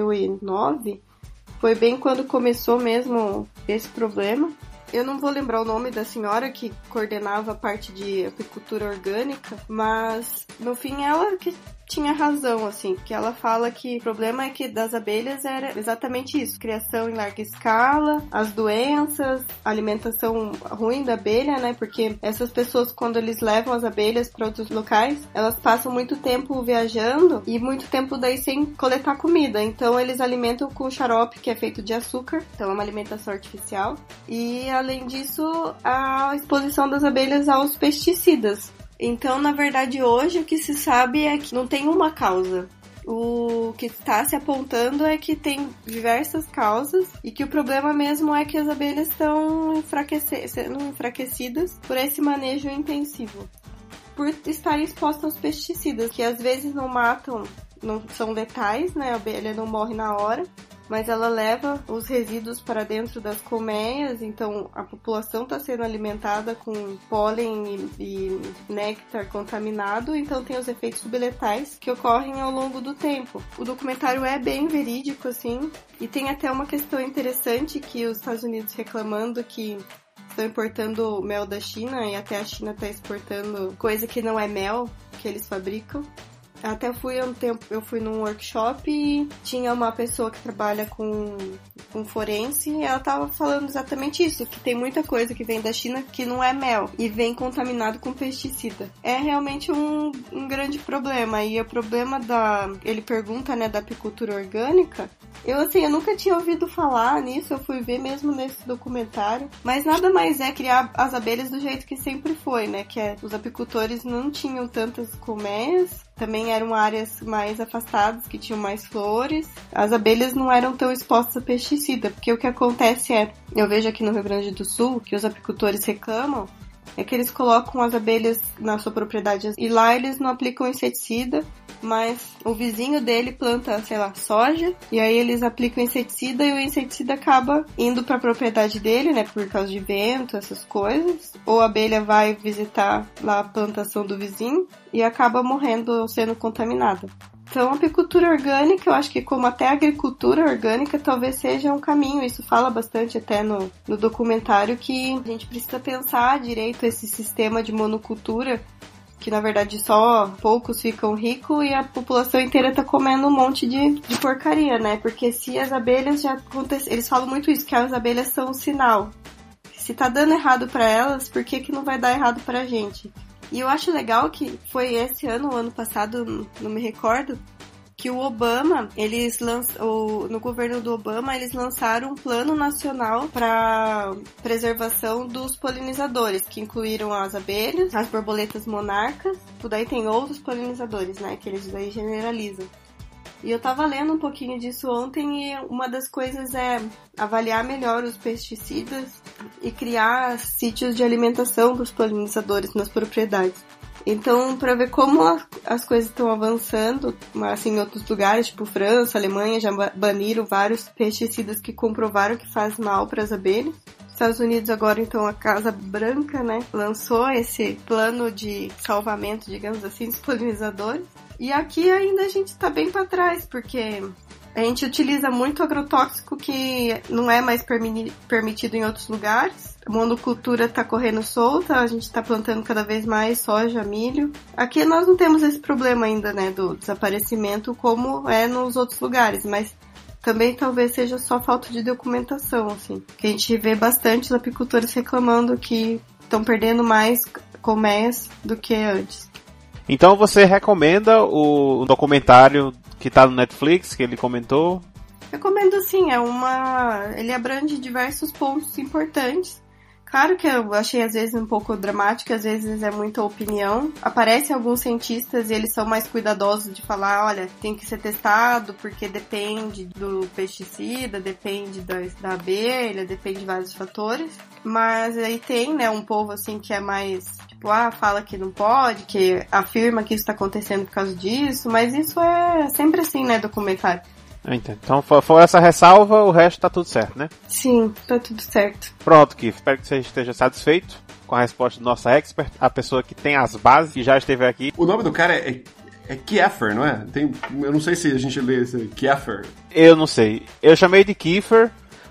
2009. Foi bem quando começou mesmo esse problema. Eu não vou lembrar o nome da senhora que coordenava a parte de apicultura orgânica, mas no fim ela que tinha razão, assim, que ela fala que o problema é que das abelhas era exatamente isso, criação em larga escala, as doenças, a alimentação ruim da abelha, né, porque essas pessoas, quando eles levam as abelhas para outros locais, elas passam muito tempo viajando e muito tempo daí sem coletar comida, então eles alimentam com xarope que é feito de açúcar, então é uma alimentação artificial, e além disso, a exposição das abelhas aos pesticidas. Então, na verdade, hoje o que se sabe é que não tem uma causa. O que está se apontando é que tem diversas causas e que o problema mesmo é que as abelhas estão sendo enfraquecidas por esse manejo intensivo. Por estarem expostas aos pesticidas, que às vezes não matam, não são letais, né? A abelha não morre na hora, mas ela leva os resíduos para dentro das colmeias, então a população está sendo alimentada com pólen e néctar contaminado, então tem os efeitos subletais que ocorrem ao longo do tempo. O documentário é bem verídico, assim, e tem até uma questão interessante que os Estados Unidos reclamando que estão importando mel da China e até a China está exportando coisa que não é mel que eles fabricam. Até eu fui num workshop e tinha uma pessoa que trabalha com forense e ela tava falando exatamente isso, que tem muita coisa que vem da China que não é mel e vem contaminado com pesticida. É realmente um grande problema. E o problema ele pergunta, né, da apicultura orgânica. Eu nunca tinha ouvido falar nisso, eu fui ver mesmo nesse documentário. Mas nada mais é criar as abelhas do jeito que sempre foi, né? Que os apicultores não tinham tantas colmeias, também eram áreas mais afastadas, que tinham mais flores. As abelhas não eram tão expostas a pesticida, porque o que acontece eu vejo aqui no Rio Grande do Sul, que os apicultores reclamam, é que eles colocam as abelhas na sua propriedade e lá eles não aplicam inseticida, mas o vizinho dele planta, sei lá, soja, e aí eles aplicam inseticida e o inseticida acaba indo pra propriedade dele, né, por causa de vento, essas coisas, ou a abelha vai visitar lá a plantação do vizinho e acaba morrendo ou sendo contaminada. Então, a apicultura orgânica, eu acho que como até a agricultura orgânica, talvez seja um caminho. Isso fala bastante até no documentário, que a gente precisa pensar direito esse sistema de monocultura, que na verdade só poucos ficam ricos e a população inteira tá comendo um monte de porcaria, né? Porque se as abelhas já acontecem, eles falam muito isso, que as abelhas são um sinal. Se tá dando errado pra elas, por que não vai dar errado pra gente? E eu acho legal que foi esse ano, o ano passado, não me recordo, que o Obama, no governo do Obama, eles lançaram um plano nacional para preservação dos polinizadores, que incluíram as abelhas, as borboletas monarcas, tudo aí tem outros polinizadores, né, que eles aí generalizam. E eu tava lendo um pouquinho disso ontem e uma das coisas é avaliar melhor os pesticidas e criar sítios de alimentação dos polinizadores nas propriedades. Então, para ver como as coisas estão avançando, assim, em outros lugares, tipo França, Alemanha, já baniram vários pesticidas que comprovaram que faz mal para as abelhas. Estados Unidos agora, então, a Casa Branca, né, lançou esse plano de salvamento, digamos assim, dos polinizadores. E aqui ainda a gente tá bem para trás, porque a gente utiliza muito agrotóxico que não é mais permitido em outros lugares. A monocultura tá correndo solta, a gente tá plantando cada vez mais soja, milho. Aqui nós não temos esse problema ainda, né, do desaparecimento como é nos outros lugares, mas também talvez seja só falta de documentação, assim. Que a gente vê bastante os apicultores reclamando que estão perdendo mais colmeias do que antes. Então você recomenda o documentário que tá no Netflix, que ele comentou? Recomendo sim, ele abrange diversos pontos importantes. Claro que eu achei às vezes um pouco dramático, às vezes é muita opinião. Aparecem alguns cientistas e eles são mais cuidadosos de falar, olha, tem que ser testado porque depende do pesticida, depende da abelha, depende de vários fatores. Mas aí tem, né, um povo assim que é mais, tipo, fala que não pode, que afirma que isso está acontecendo por causa disso, mas isso é sempre assim, né, documentário. Entendo. Então, for essa ressalva, o resto tá tudo certo, né? Sim, tá tudo certo. Pronto, Keith. Espero que você esteja satisfeito com a resposta do nosso expert, a pessoa que tem as bases, que já esteve aqui. O nome do cara é Kiefer, não é? Eu não sei se a gente lê esse Kiefer. Eu não sei. Eu chamei de Kiefer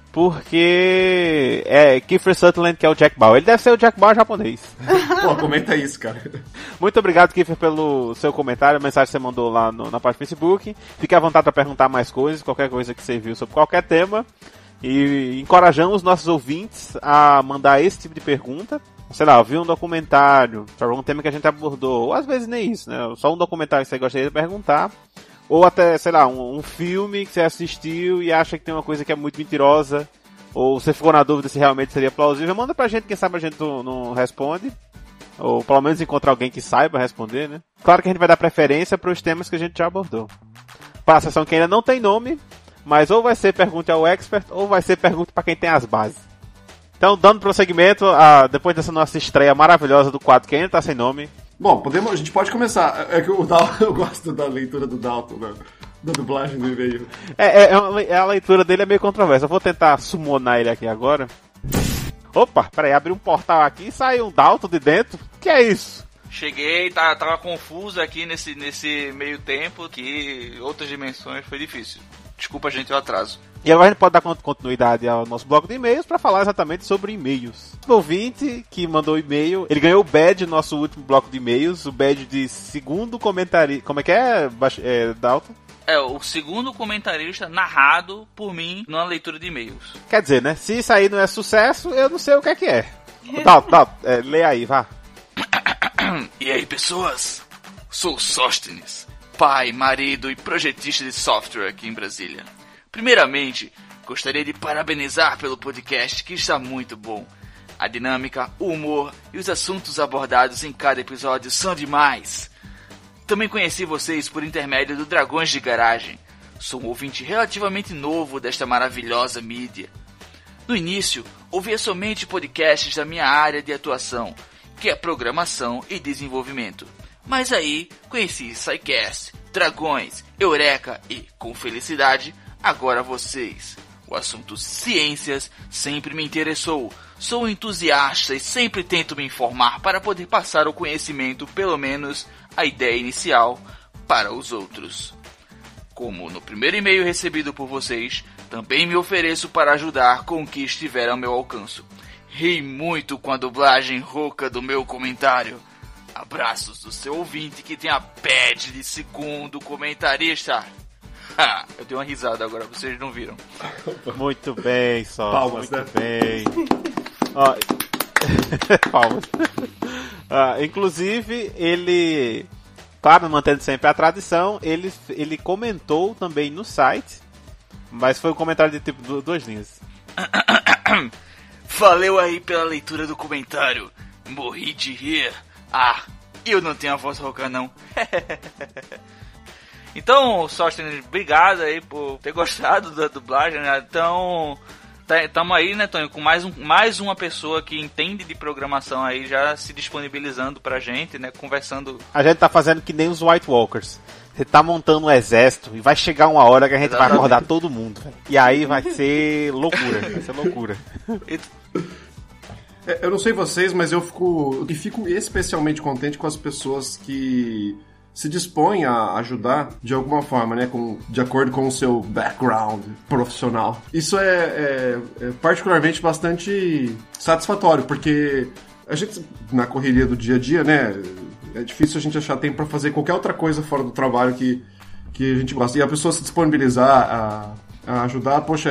porque é Kiefer Sutherland, que é o Jack Bauer. Ele deve ser o Jack Bauer japonês. Pô, comenta isso, cara. Muito obrigado, Kiefer, pelo seu comentário, a mensagem que você mandou lá na página do Facebook. Fique à vontade para perguntar mais coisas, qualquer coisa que você viu sobre qualquer tema. E encorajamos nossos ouvintes a mandar esse tipo de pergunta. Sei lá, viu um documentário sobre algum tema que a gente abordou, ou às vezes nem isso, né? Só um documentário que você gostaria de perguntar. Ou até, sei lá, um filme que você assistiu e acha que tem uma coisa que é muito mentirosa, ou você ficou na dúvida se realmente seria plausível, manda pra gente, quem sabe a gente não responde, ou pelo menos encontrar alguém que saiba responder, né? Claro que a gente vai dar preferência pros temas que a gente já abordou. Para a sessão que ainda não tem nome, mas ou vai ser pergunta ao expert, ou vai ser pergunta pra quem tem as bases. Então, dando prosseguimento, depois dessa nossa estreia maravilhosa do quadro que ainda tá sem nome. Bom, a gente pode começar. É que o Dalton, eu gosto da leitura do Dalton, da dublagem do e-mail. A leitura dele é meio controversa. Eu vou tentar summonar ele aqui agora. Opa, peraí, abri um portal aqui e saiu um Dalton de dentro. Que é isso? Cheguei, tava confuso aqui nesse meio tempo, que outras dimensões foi difícil. Desculpa, gente, o atraso. E agora a gente pode dar continuidade ao nosso bloco de e-mails para falar exatamente sobre e-mails. O ouvinte que mandou e-mail, ele ganhou o badge no nosso último bloco de e-mails, o badge de segundo comentarista. Como é que é, Dalton? É, o segundo comentarista narrado por mim numa leitura de e-mails. Quer dizer, né? Se isso aí não é sucesso, eu não sei o que é. Dalton, lê aí, vá. E aí, pessoas? Sou Sóstenes, pai, marido e projetista de software aqui em Brasília. Primeiramente, gostaria de parabenizar pelo podcast, que está muito bom. A dinâmica, o humor e os assuntos abordados em cada episódio são demais. Também conheci vocês por intermédio do Dragões de Garagem. Sou um ouvinte relativamente novo desta maravilhosa mídia. No início, ouvia somente podcasts da minha área de atuação, que é programação e desenvolvimento. Mas aí, conheci SciCast, dragões, eureka e, com felicidade, agora vocês. O assunto ciências sempre me interessou. Sou entusiasta e sempre tento me informar para poder passar o conhecimento, pelo menos a ideia inicial, para os outros. Como no primeiro e-mail recebido por vocês, também me ofereço para ajudar com o que estiver ao meu alcance. Ri muito com a dublagem rouca do meu comentário. Abraços do seu ouvinte que tem a badge de segundo comentarista. Eu dei uma risada agora, vocês não viram. Muito bem, só. Palmas, muito né? bem. Ó, palmas. Inclusive, ele, claro, mantendo sempre a tradição, ele comentou também no site, mas foi um comentário de tipo 2 linhas. Valeu aí pela leitura do comentário. Morri de rir. Eu não tenho a voz rouca não. Então, Sóstenes, obrigado aí por ter gostado da dublagem, né? Então, tamo aí, né, Tonho, com mais uma pessoa que entende de programação aí, já se disponibilizando pra gente, né, conversando. A gente tá fazendo que nem os White Walkers. Você tá montando um exército e vai chegar uma hora que a gente vai acordar todo mundo, véio. E aí vai ser loucura. Eu não sei vocês, mas eu fico especialmente contente com as pessoas que se dispõem a ajudar de alguma forma, né, de acordo com o seu background profissional. Isso é particularmente bastante satisfatório, porque a gente, na correria do dia a dia, né, é difícil a gente achar tempo para fazer qualquer outra coisa fora do trabalho que a gente gosta. E a pessoa se disponibilizar a ajudar, poxa,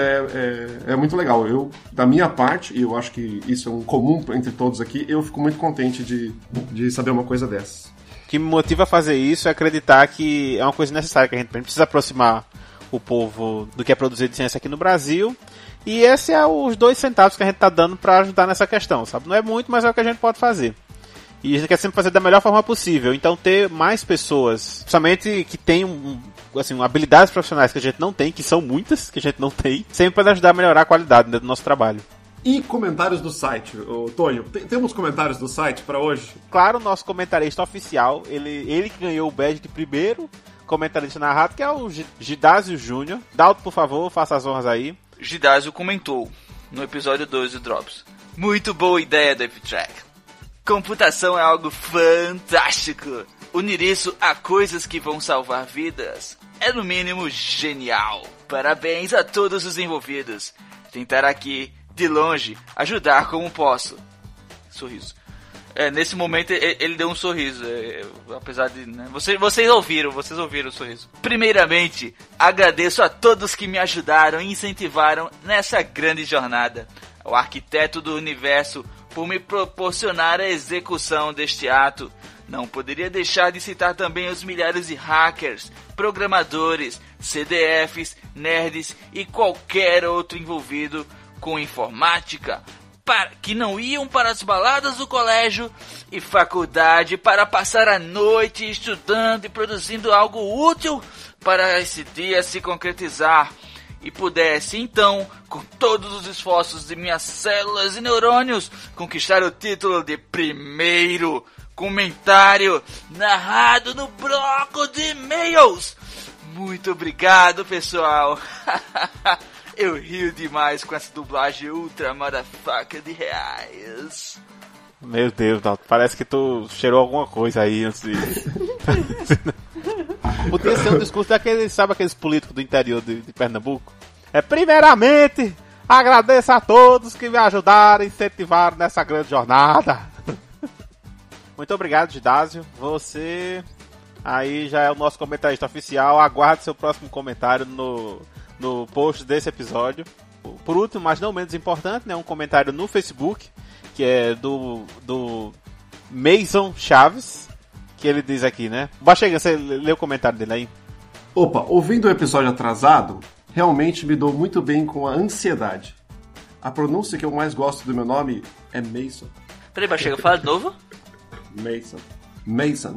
é muito legal. Eu, da minha parte, e eu acho que isso é um comum entre todos aqui, eu fico muito contente de saber uma coisa dessas. O que me motiva a fazer isso é acreditar que é uma coisa necessária, que a gente precisa aproximar o povo do que é produzido de ciência aqui no Brasil. E esse é os 2 centavos que a gente tá dando para ajudar nessa questão, sabe? Não é muito, mas é o que a gente pode fazer. E a gente quer sempre fazer da melhor forma possível. Então ter mais pessoas, principalmente que tenham habilidades profissionais que a gente não tem, que são muitas, que a gente não tem, sempre pode ajudar a melhorar a qualidade do nosso trabalho. E comentários do site, Tonho, temos comentários do site para hoje? Claro, o nosso comentarista oficial, ele que ganhou o badge de primeiro comentarista narrado, que é o Gidásio Júnior. Dalton, por favor, faça as honras aí. Gidásio comentou no episódio 2 do Drops: muito boa ideia, Dave Track. Computação é algo fantástico. Unir isso a coisas que vão salvar vidas é no mínimo genial. Parabéns a todos os envolvidos. Tentar aqui, de longe, ajudar como posso. Sorriso. Nesse momento ele deu um sorriso, apesar de, né? Vocês ouviram o sorriso. Primeiramente, agradeço a todos que me ajudaram e incentivaram nessa grande jornada. Ao arquiteto do universo por me proporcionar a execução deste ato. Não poderia deixar de citar também os milhares de hackers, programadores, CDFs, nerds e qualquer outro envolvido com informática, que não iam para as baladas do colégio e faculdade para passar a noite estudando e produzindo algo útil para esse dia se concretizar, e pudesse então, com todos os esforços de minhas células e neurônios, conquistar o título de primeiro comentário narrado no bloco de e-mails. Muito obrigado, pessoal. Eu rio demais com essa dublagem ultra motherfucker de reais. Meu Deus, Dalton, parece que tu cheirou alguma coisa aí antes de... Podia ser um discurso daqueles, sabe aqueles políticos do interior de Pernambuco? Primeiramente, agradeço a todos que me ajudaram e incentivaram nessa grande jornada. Muito obrigado, Gidásio. Você aí já é o nosso comentarista oficial. Aguarde seu próximo comentário no post desse episódio. Por último, mas não menos importante, né, um comentário no Facebook, que é do Mason Chaves, que ele diz aqui, né? Bachega, você lê o comentário dele aí? Opa, ouvindo o episódio atrasado, realmente me dou muito bem com a ansiedade. A pronúncia que eu mais gosto do meu nome é Mason. Peraí, Bachega, fala de novo. Mason.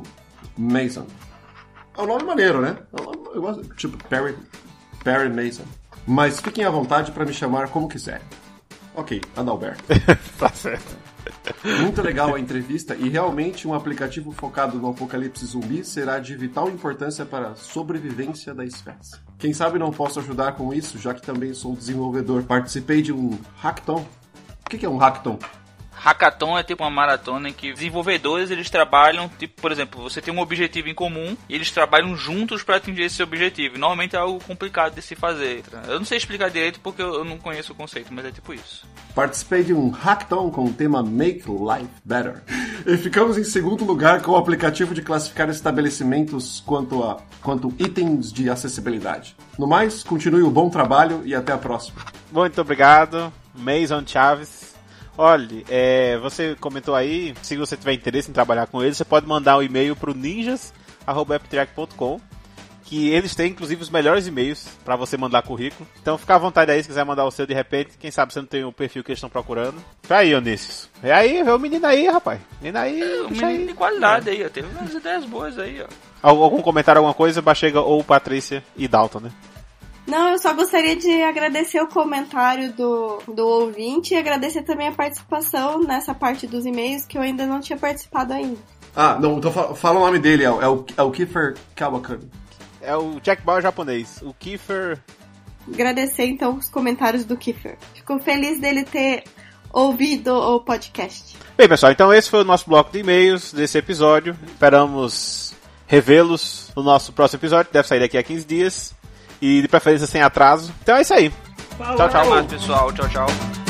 É um nome maneiro, né? Eu gosto, tipo Perry Mason. Mas fiquem à vontade para me chamar como quiserem. Ok, Adalberto. Tá certo. Muito legal a entrevista e realmente um aplicativo focado no apocalipse zumbi será de vital importância para a sobrevivência da espécie. Quem sabe não posso ajudar com isso, já que também sou desenvolvedor. Participei de um hackathon. O que é um hackathon? Hackathon é tipo uma maratona em que desenvolvedores eles trabalham, tipo, por exemplo, você tem um objetivo em comum e eles trabalham juntos para atingir esse objetivo. Normalmente é algo complicado de se fazer. Eu não sei explicar direito porque eu não conheço o conceito, mas é tipo isso. Participei de um hackathon com o tema Make Life Better. E ficamos em segundo lugar com o aplicativo de classificar estabelecimentos quanto itens de acessibilidade. No mais, continue o bom trabalho e até a próxima. Muito obrigado, Mason Chaves. Olha, você comentou aí, se você tiver interesse em trabalhar com eles, você pode mandar um e-mail para o ninjas@apptrack.com, que eles têm inclusive os melhores e-mails para você mandar currículo. Então fica à vontade aí se quiser mandar o seu de repente, quem sabe você não tem o perfil que eles estão procurando. Vai aí, Onícios. É aí, vê o menino aí, rapaz. Menino aí, um menino aí de qualidade aí, ó. Teve umas ideias boas aí, ó. Algum comentário, alguma coisa? Bachega ou Patrícia e Dalton, né? Não, eu só gostaria de agradecer o comentário do ouvinte e agradecer também a participação nessa parte dos e-mails que eu ainda não tinha participado ainda. Ah, não, então fala o nome dele, é o Kiefer Kawakami. É o Jack Bauer japonês, o Kiefer. Agradecer então os comentários do Kiefer. Fico feliz dele ter ouvido o podcast. Bem, pessoal, então esse foi o nosso bloco de e-mails desse episódio. Esperamos revê-los no nosso próximo episódio, que deve sair daqui a 15 dias. E de preferência sem atraso. Então é isso aí. Tchau, tchau, pessoal. Tchau, tchau.